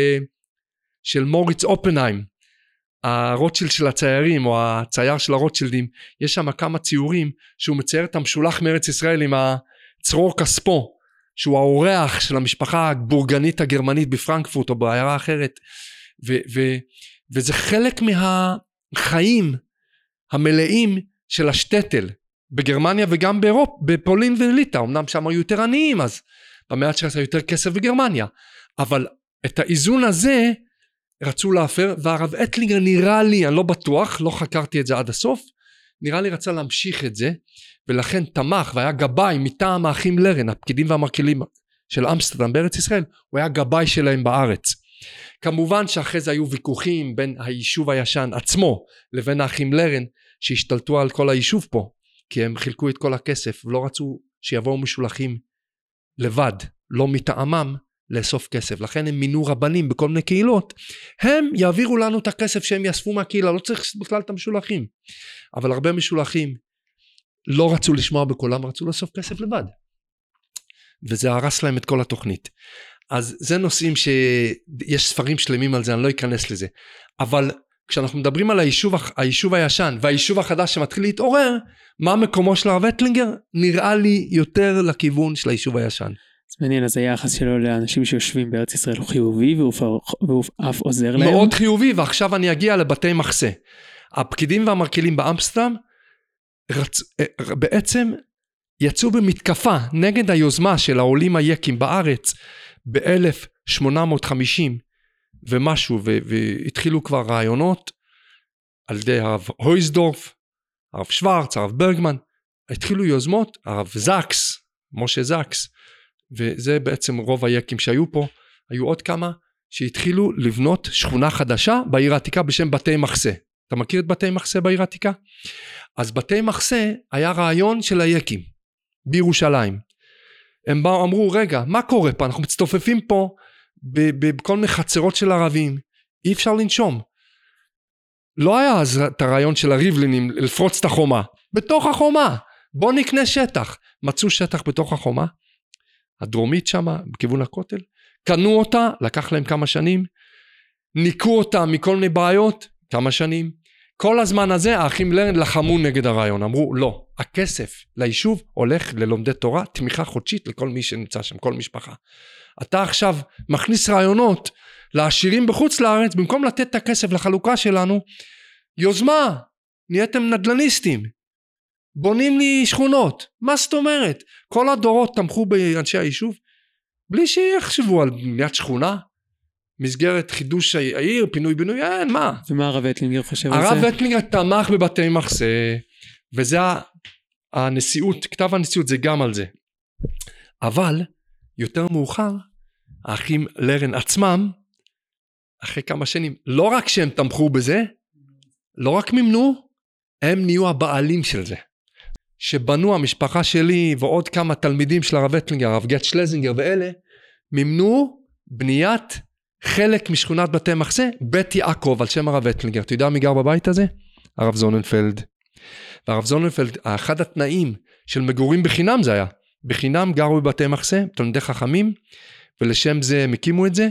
של מוריץ אופנהיים, הרוטשילד של הציירים, או הצייר של הרוטשילדים, יש שם כמה ציורים, שהוא מצייר את המשולח מארץ ישראל, עם הצרור כספו, שהוא האורח של המשפחה הבורגנית הגרמנית בפרנקפורט, או בעיירה אחרת, וזה חלק חיים המלאים של השטטל בגרמניה וגם בפולין וליטא, אמנם שם היו יותר עניים, אז במאה ה-19 יותר כסף בגרמניה, אבל את האיזון הזה רצו להפר, והרב אטלינגר נראה לי, אני לא בטוח, לא חקרתי את זה עד הסוף, נראה לי רצה להמשיך את זה, ולכן תמך והיה גבאי מטעם האחים לרן, הפקידים והמרכילים של אמסטרדם בארץ ישראל, הוא היה גבאי שלהם בארץ. כמובן שאחרי זה היו ויכוחים בין היישוב הישן עצמו לבין האחים לרן שהשתלטו על כל היישוב פה, כי הם חילקו את כל הכסף ולא רצו שיבואו משולחים לבד, לא מטעמם לאסוף כסף. לכן הם מינו רבנים בכל מיני קהילות, הם יעבירו לנו את הכסף שהם יאספו מהקהילה, לא צריך בכלל את המשולחים. אבל הרבה משולחים לא רצו לשמוע בקולם, רצו לאסוף כסף לבד. וזה הרס להם את כל התוכנית. אז זה נושאים שיש ספרים שלמים על זה, אני לא אכנס לזה. אבל כשאנחנו מדברים על היישוב הישן והיישוב החדש שמתחיל להתעורר, מה מקומו של הרב אטלינגר? נראה לי יותר לכיוון של היישוב הישן. אז מעניין, אז היחס שלו לאנשים שיושבים בארץ ישראל הוא חיובי, והוא אף עוזר להם. מאוד חיובי, ועכשיו אני אגיע לבתי מחסה. הפקידים והמרכילים באמסטרדם, בעצם יצאו במתקפה נגד היוזמה של העולים היקים בארץ, ב-1850 ומשהו, והתחילו כבר רעיונות על ידי הרב הויסדורף, הרב שוורץ, הרב ברגמן, התחילו יוזמות, הרב זקס, משה זקס, וזה בעצם רוב היקים שהיו פה, היו עוד כמה שהתחילו לבנות שכונה חדשה בעיר העתיקה בשם בתי מחסה. אתה מכיר את בתי מחסה בעיר העתיקה? אז בתי מחסה היה רעיון של היקים בירושלים. הם באו, אמרו, רגע, מה קורה פה? אנחנו מצטופפים פה בכל מיני חצרות של ערבים, אי אפשר לנשום. לא היה אז את הרעיון של הריבלינים לפרוץ את החומה. בתוך החומה, בוא נקנה שטח. מצאו שטח בתוך החומה, הדרומית שמה, בכיוון הכותל, קנו אותה, לקח להם כמה שנים, ניקו אותה מכל מיני בעיות, כמה שנים. כל הזמן הזה האחים לרן לחמו נגד הרעיון, אמרו לא, הכסף ליישוב הולך ללומדי תורה, תמיכה חודשית לכל מי שנמצא שם, כל משפחה. אתה עכשיו מכניס רעיונות לעשירים בחוץ לארץ, במקום לתת את הכסף לחלוקה שלנו, יוזמה, נהייתם נדלניסטים, בונים לי שכונות, מה זאת אומרת? כל הדורות תמכו באנשי היישוב, בלי שיחשבו על בניית שכונה, מסגרת חידוש העיר, פינוי בינוי, אין, מה? ומה הרב אטלינגר חושב על זה? הרב אטלינגר תמך בבתי מחסה, וזה הנשיאות, כתב הנשיאות זה גם על זה. אבל יותר מאוחר, האחים לרן עצמם, אחרי כמה שנים, לא רק שהם תמכו בזה, לא רק מימנו, הם נהיו הבעלים של זה. שבנו המשפחה שלי ועוד כמה תלמידים של הרב אטלינגר, הרב גט שלזינגר ואלה, מימנו בניית חלק משכונת בתי מחסה, בית יעקב על שם הרב אטלינגר. אתה יודע מי גר בבית הזה? הרב זוננפלד. והרב זוננפלד, אחד התנאים של מגורים בחינם זה היה. בחינם גרו בבתי מחסה, תלמידי חכמים, ולשם זה הם הקימו את זה.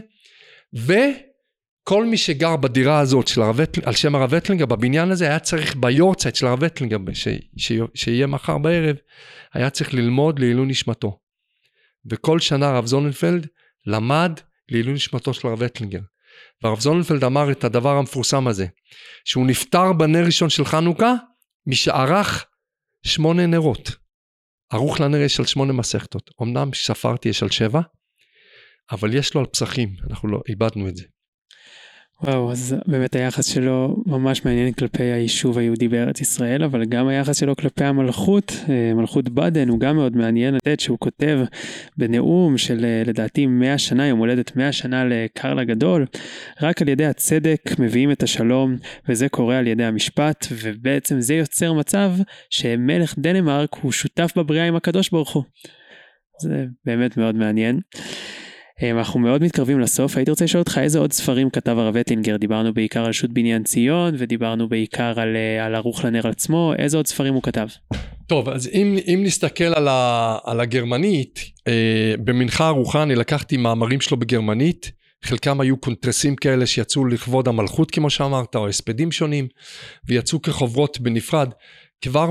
וכל מי שגר בדירה הזאת של על שם הרב אטלינגר, בבניין הזה היה צריך ביורצייט של הרב אטלינגר, שיהיה מחר בערב, היה צריך ללמוד לעילוי נשמתו. וכל שנה הרב זוננפלד למד לעילוי נשמתו של הרב אטלינגר. והרב זוננפלד אמר את הדבר המפורסם הזה, שהוא נפטר בנר ראשון של חנוכה, מי שערך 8 נרות. ערוך לנר יש על 8 מסכתות. אמנם ספרתי יש על 7, אבל יש לו על פסחים, אנחנו לא איבדנו את זה. וואו, אז באמת היחס שלו ממש מעניין כלפי היישוב היהודי בארץ ישראל, אבל גם היחס שלו כלפי המלכות, מלכות בדן, הוא גם מאוד מעניין לתת שהוא כותב בנאום של לדעתי 100 שנה, יום הולדת 100 שנה לקרל הגדול, רק על ידי הצדק מביאים את השלום, וזה קורה על ידי המשפט, ובעצם זה יוצר מצב שמלך דנמרק הוא שותף בבריאה עם הקדוש ברוך הוא. זה באמת מאוד מעניין. אנחנו מאוד מתקרבים לסוף, הייתי רוצה לשאול אותך איזה עוד ספרים כתב הרב אטלינגר, דיברנו בעיקר על שו"ת בניין ציון, ודיברנו בעיקר על ערוך לנר עצמו, איזה עוד ספרים הוא כתב? טוב, אז אם נסתכל על הגרמנית, במנחה ארוחה אני לקחתי מאמרים שלו בגרמנית, חלקם היו קונטרסים כאלה שיצאו לכבוד המלכות כמו שאמרת, או הספדים שונים, ויצאו כחוברות בנפרד, כבר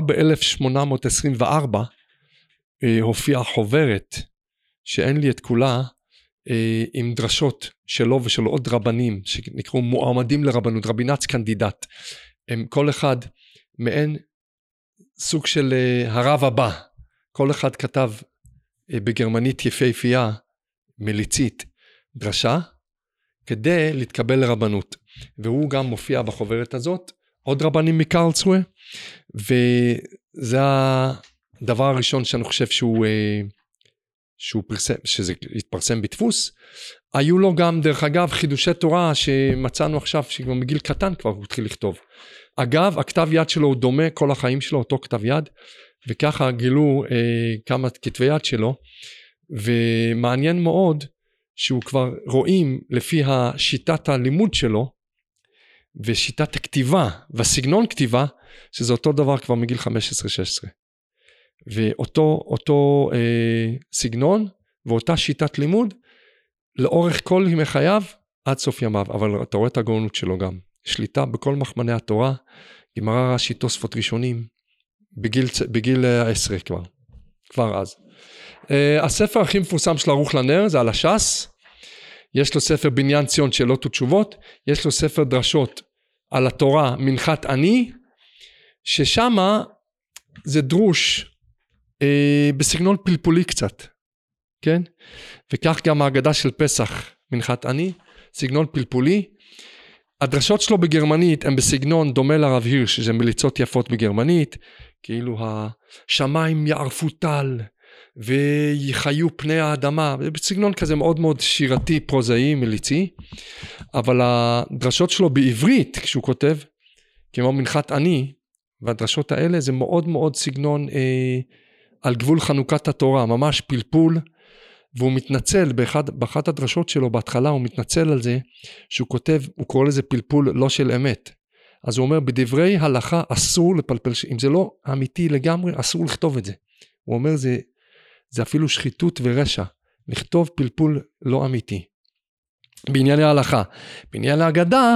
ב-1824 הופיעה חוברת, שאין לי את כולה, עם דרשות שלו ושל עוד רבנים שנקראו מועמדים לרבנות, רבינץ קנדידט, הם כל אחד מעין סוג של הרב הבא, כל אחד כתב בגרמנית יפהפייה מליצית דרשה כדי להתקבל לרבנות, והוא גם מופיע בחוברת הזאת, עוד רבנים מקרלסרואה, וזה הדבר הראשון שאני חושב שהוא פרסם, שזה התפרסם בדפוס. היו לו גם דרך אגב חידושי תורה שמצאנו עכשיו שגם מגיל קטן כבר הוא התחיל לכתוב. אגב הכתב יד שלו הוא דומה כל החיים שלו אותו כתב יד, וככה גילו כמה כתבי יד שלו, ומעניין מאוד שהוא כבר רואים לפי השיטת הלימוד שלו ושיטת הכתיבה והסגנון כתיבה שזה אותו דבר כבר מגיל 15-16. ואותו סגנון ואותה שיטת לימוד לאורך כל ימי חייו עד סוף ימיו, אבל אתה רואה את הגאונות שלו גם, שליטה בכל מחמני התורה, גמרא רש"י תוספות ראשונים, בגיל 10 כבר אז. הספר הכי מפורסם של ערוך לנר זה על הש"ס, יש לו ספר בניין ציון שאלות ותשובות, יש לו ספר דרשות על התורה מנחת אני, ששמה זה דרוש בסגנון פלפולי קצת, כן? וכך גם ההגדה של פסח, מנחת אני, סגנון פלפולי. הדרשות שלו בגרמנית הם בסגנון דומה לרב הירש, שזה מליצות יפות בגרמנית, כאילו השמיים יערפו טל, ויחיו פני האדמה, בסגנון כזה מאוד מאוד שירתי, פרוזאי, מליצי, אבל הדרשות שלו בעברית, כשהוא כותב, כמו מנחת אני, והדרשות האלה זה מאוד מאוד סגנון על גבול חנוכת התורה, ממש פלפול, והוא מתנצל באחת הדרשות שלו בהתחלה, הוא מתנצל על זה, שהוא כותב, הוא קורא לזה פלפול לא של אמת. אז הוא אומר, בדברי הלכה אסור לפלפל, אם זה לא אמיתי לגמרי, אסור לכתוב את זה. הוא אומר, זה אפילו שחיתות ורשע, לכתוב פלפול לא אמיתי. בענייני ההלכה, בענייני ההגדה,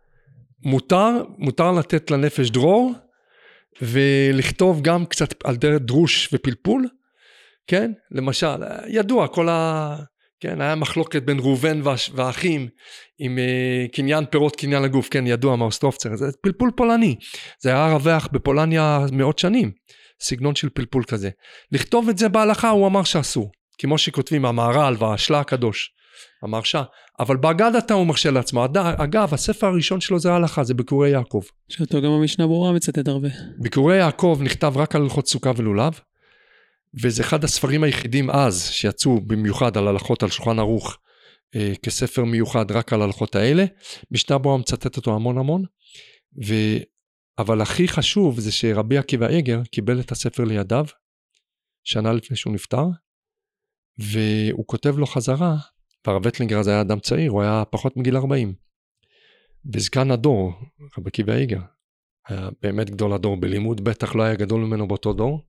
מותר לתת לנפש דרור, ולכתוב גם קצת על דרך דרוש ופלפול, כן? למשל, ידוע, כן, היה מחלוקת בין ראובן והאחים, עם קניין פירות קניין הגוף, כן, ידוע מהאוסטרופצר, זה פלפול פולני, זה היה רווח בפולניה מאות שנים, סגנון של פלפול כזה. לכתוב את זה בהלכה, הוא אמר שאסור, כמו שכותבים המהר"ל והשלה הקדוש, המרשה, אבל בהגדתה הוא מרשה לעצמו. אגב, הספר הראשון שלו זה ההלכה, זה ביקורי יעקב. שאותו גם המשנה ברורה מצטט הרבה. ביקורי יעקב נכתב רק על הלכות סוכה ולולב, וזה אחד הספרים היחידים אז, שיצאו במיוחד על הלכות על שולחן ערוך, כספר מיוחד רק על הלכות האלה, משנה ברורה מצטט אותו המון המון, אבל הכי חשוב זה שרבי עקיבא איגר קיבל את הספר לידיו, שנה לפני שהוא נפטר, והוא כותב לו חזרה, והרב וטלינגר הזה היה אדם צעיר, הוא היה פחות מגיל 40, וזקן הדור, רבי עקיבא איגר, היה באמת גדול הדור בלימוד, בטח לא היה גדול ממנו באותו דור,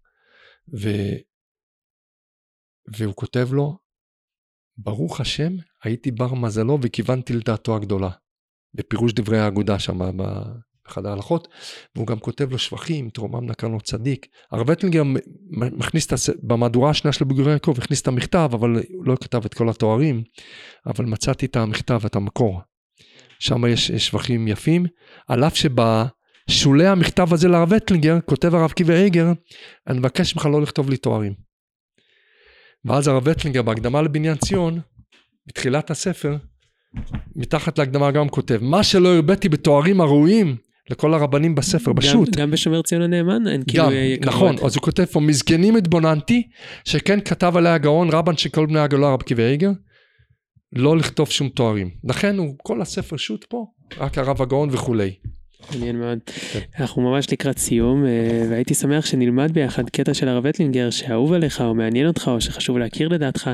והוא כותב לו, ברוך השם, הייתי בר מזלו וכיוונתי לדעתו הגדולה, בפירוש דברי האגודה שם באחד ההלכות, והוא גם כותב לו שבחים, תרומם נקן לו צדיק. הרב וטלינגר מכניס במהדורה השנייה של בגורי יעקב, הכניס את המכתב, אבל לא כתב את כל התוארים, אבל מצאתי את המכתב, את המקור. שם יש שבחים יפים, על אף שבשולי המכתב הזה לרב וטלינגר, כותב הרב עקיבא איגר, אני מבקש ממך לא לכתוב לי תוארים. ואז הרב וטלינגר בהקדמה לבניין ציון, בתחילת הספר, מתחת להקדמה גם כותב, מה שלא הרביתי בתוארים הראויים, לכל הרבנים בספר, בשו"ת. גם בשומר ציון הנאמן, אין כאילו יקרות. נכון, אז הוא כותב פה, מזקנים התבוננתי, שכן כתב עליה הגאון, רבן שכל בני הגאולה, רב עקיבא איגר, לא לכתוב שום תוארים. לכן הוא, כל הספר שו"ת פה, רק הרב הגאון וכולי. מעניין מאוד. אנחנו ממש לקראת סיום, והייתי שמח שנלמד ביחד קטע של הרב וטלינגר, שאהוב עליך, או מעניין אותך, או שחשוב להכיר לדעתך.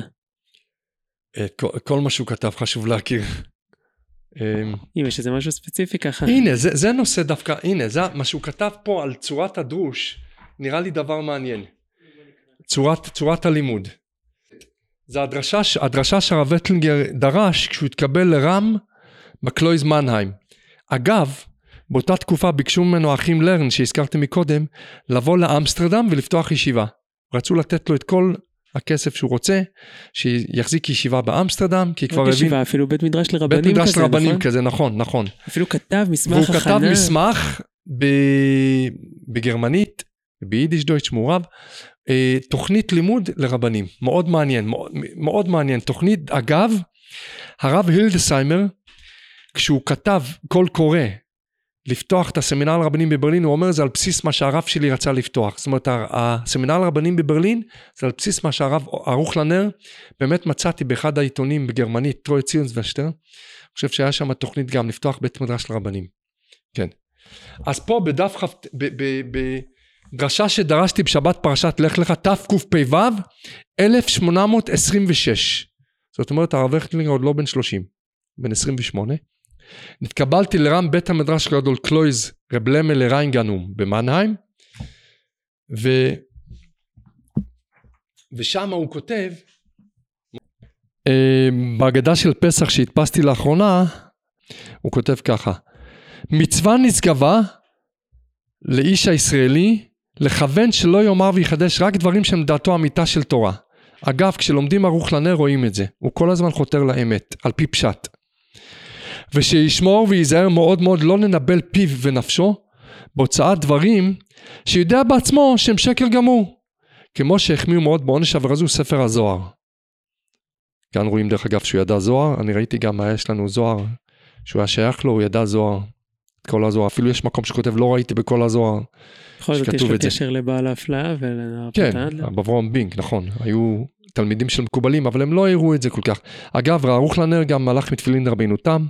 כל מה שהוא כתב חשוב להכיר. אם יש איזה משהו ספציפי ככה. הנה, זה נושא דווקא, הנה, זה מה שהוא כתב פה על צורת הדרוש, נראה לי דבר מעניין. צורת הלימוד. זה הדרשה שהרב וטלינגר דרש, כשהוא התקבל לרם, בקלויז מנהיים. אגב, באותה תקופה ביקשו ממנו האחים לרן, שהזכרתי מקודם, לבוא לאמסטרדם ולפתוח ישיבה. רצו לתת לו את כל הכסף שהוא רוצה, שיחזיק ישיבה באמסטרדם, כי כבר ישיבה, אפילו בית מדרש לרבנים כזה, בית מדרש לרבנים כזה, נכון. אפילו כתב מסמך הכנה. והוא כתב מסמך בגרמנית, ביידיש דויטש מעורב, תוכנית לימוד לרבנים. מאוד מעניין, מאוד מעניין. תוכנית, אגב, הרב הילדסיימר, כשהוא כתב קול קורא, לפתוח את הסמינר לרבנים בברלין, הוא אומר זה על בסיס מה שהרב שלי רצה לפתוח. זאת אומרת, הסמינר לרבנים בברלין, זה על בסיס מה שהרב ערוך לנר, באמת מצאתי באחד העיתונים בגרמנית, טרוי ציונס ושטר, אני חושב שהיה שם תוכנית גם לפתוח בית מדרש לרבנים. כן. אז פה בדף בדרשה שדרשתי בשבת פרשת לך לך, תקפ"ו, 1826. זאת אומרת, הרב וטלינגר עוד לא בן 30, בן 28. נתקבלתי לרם בית המדרש גדול קלויז רב למל לריינגנום במנהיים, ושם הוא כותב, בהגדה של פסח שהדפסתי לאחרונה, הוא כותב ככה, מצווה נשגבה לאיש הישראלי, לכוון שלא יאמר ויחדש רק דברים שהם דעתו אמיתה של תורה. אגב, כשלומדים ערוך לנר רואים את זה, הוא כל הזמן חותר לאמת, על פי פשט. ושישמור ויזהר מאוד מאוד לא לנבל פיו ונפשו, בהוצאת דברים שיודע בעצמו שהם שקר גמור, כמו שהחמיאו מאוד בעונש עבירה זו ספר הזוהר. כאן רואים דרך אגב שהוא ידע זוהר, אני ראיתי גם מה יש לנו זוהר, שהוא היה שייך לו, הוא ידע זוהר, כל הזוהר, אפילו יש מקום שכותב לא ראיתי בכל הזוהר, בכל זאת יש לו קשר לבעל ההפלאה כן, אברהם בינק, נכון, היו תלמידים של מקובלים, אבל הם לא הראו את זה כל כך. אגב, ערוך לנר גם הלך מתפילין רבינותם,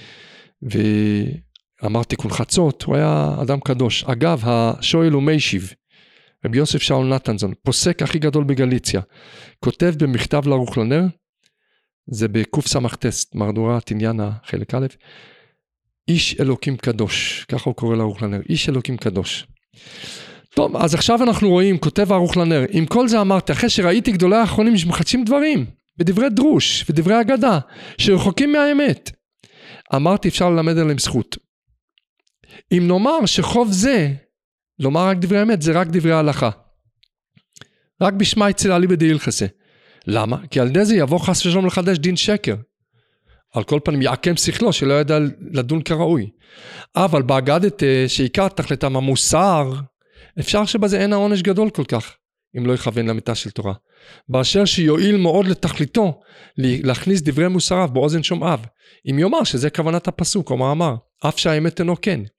ואמר תיקון חצות, הוא היה אדם קדוש. אגב, השואל הוא מיישיב, רבי יוסף שאול נתנזון, פוסק הכי גדול בגליציה, כותב במכתב לערוך לנר, זה בקוף סמכתס, מהדורת עניין החלק א', איש אלוקים קדוש, ככה הוא קורא לערוך לנר, איש אלוקים קדוש. טוב, אז עכשיו אנחנו רואים, כותב הערוך לנר, עם כל זה אמרתי, אחרי שראיתי גדולי האחרונים שמחדשים דברים, בדברי דרוש ודברי אגדה, שרחוקים מהאמת, אמרתי אפשר ללמד עליהם זכות. אם נאמר שחוב זה, לומר רק דברי האמת, זה רק דברי ההלכה. רק בשמה יצא עלי בדהילכסה. למה? כי על ידי זה יבוא חס ושלום לחדש דין שקר. על כל פנים יעקם שכלו שלא ידע לדון כראוי. אבל באגדת שעיקר תכליתם המוסר, אפשר שבזה אין העונש גדול כל כך, אם לא יכוון למיתה של תורה. באשר שיועיל מאוד לתכליתו, להכניס דברי מוסריו באוזן שומעיו, אם יאמר שזה כוונת הפסוק, או מאמר, אף שהאמת אינו כן.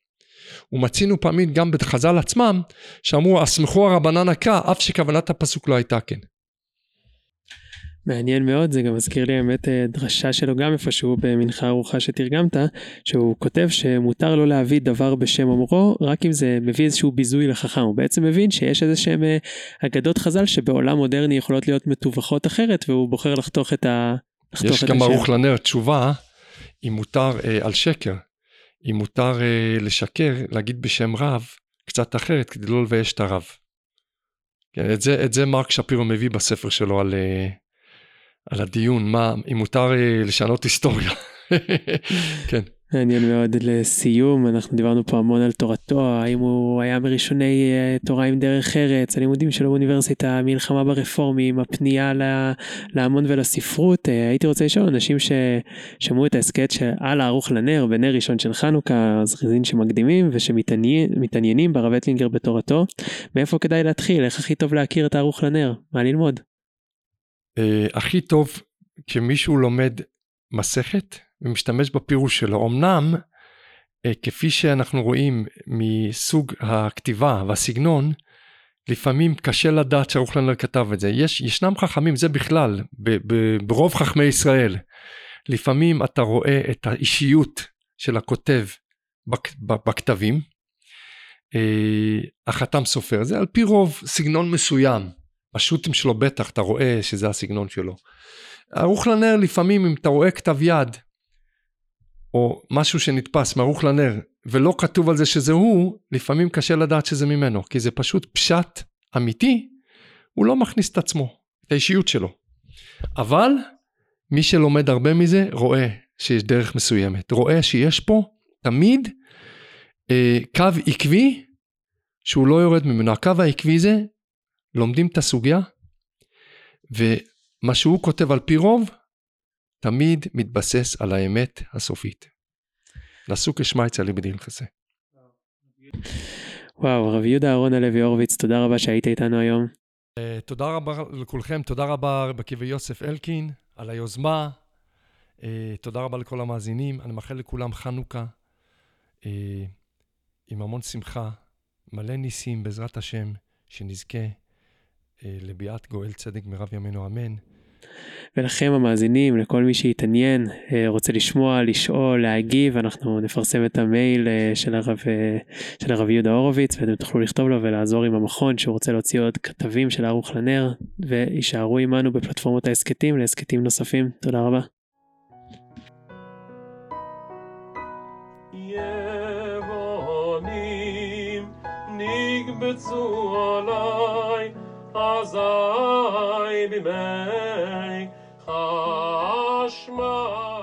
ומצינו פעמים גם בחז"ל עצמם, שאמרו, אסמכו הרבנן הקרא, אף שכוונת הפסוק לא הייתה כן. מעניין מאוד, זה גם מזכיר לי באמת דרשה שלו גם איפשהו במנחה ארוחה שתרגמת, שהוא כותב שמותר לו להביא דבר בשם אומרו, רק אם זה מביא איזשהו ביזוי לחכם, הוא בעצם מבין שיש איזה שהם אגדות חז"ל שבעולם מודרני יכולות להיות מתווכות אחרת, והוא בוחר לחתוך את השם. יש גם ערוך לנר תשובה, אם מותר על שקר, אם מותר לשקר, להגיד בשם רב, קצת אחרת, כדי לא לבייש את הרב. את זה מרק שפירו מביא בספר שלו על הדיון, אם מותר לשנות היסטוריה. כן. מעניין מאוד. לסיום, אנחנו דיברנו פה המון על תורתו, האם הוא היה מראשוני תורה עם דרך ארץ, הלימודים שלו באוניברסיטה, מלחמה ברפורמים, הפנייה להמון ולספרות. הייתי רוצה לשאול אנשים ששמעו את ההסכת שעל הערוך לנר, בנר ראשון של חנוכה, זריזין שמקדימים ושמתעניינים ברב אטלינגר בתורתו, מאיפה כדאי להתחיל? איך הכי טוב להכיר את הערוך לנר? מה ללמוד? הכי טוב כמישהו לומד מסכת ומשתמש בפירוש שלו. אמנם כפי שאנחנו רואים מסוג הכתיבה והסגנון, לפעמים קשה לדעת שערוך לנר כתב את זה. ישנם חכמים, זה בכלל, ברוב חכמי ישראל, לפעמים אתה רואה את האישיות של הכותב בכתבים, החתם סופר, זה על פי רוב סגנון מסוים, השו"תים שלו בטח, אתה רואה שזה הסגנון שלו. ערוך לנר לפעמים אם אתה רואה כתב יד, או משהו שנתפס מערוך לנר, ולא כתוב על זה שזה הוא, לפעמים קשה לדעת שזה ממנו, כי זה פשוט פשט אמיתי, הוא לא מכניס את עצמו, את האישיות שלו. אבל מי שלומד הרבה מזה, רואה שיש דרך מסוימת, רואה שיש פה תמיד קו עקבי, שהוא לא יורד ממנו. הקו העקבי זה, לומדים את הסוגיה, ומה שהוא כותב על פי רוב, תמיד מתבסס על האמת הסופית. נעשו כשמייצא לי בדין חסה. וואו, רב יהודה אהרון הלוי הורוביץ, תודה רבה שהיית איתנו היום. תודה רבה לכולכם, תודה רבה בקי ויוסף אלקין על היוזמה, תודה רבה לכל המאזינים, אני מאחל לכולם חנוכה, עם המון שמחה, מלא ניסים בעזרת השם, שנזכה לביאת גואל צדיק מרב ימינו אמן. ולכם המאזינים, לכל מי שיתעניין, רוצה לשמוע, לשאול, להגיב, אנחנו נפרסם את המייל של הרב יהודה הורוביץ, ואתם תוכלו לכתוב לו ולעזור עם המכון שהוא רוצה להוציא עוד כתבים של ערוך לנר, וישארו עמנו בפלטפורמות העסקתים לעסקתים נוספים. תודה רבה. יבונים נקבצו עליי אזי בימי חשמל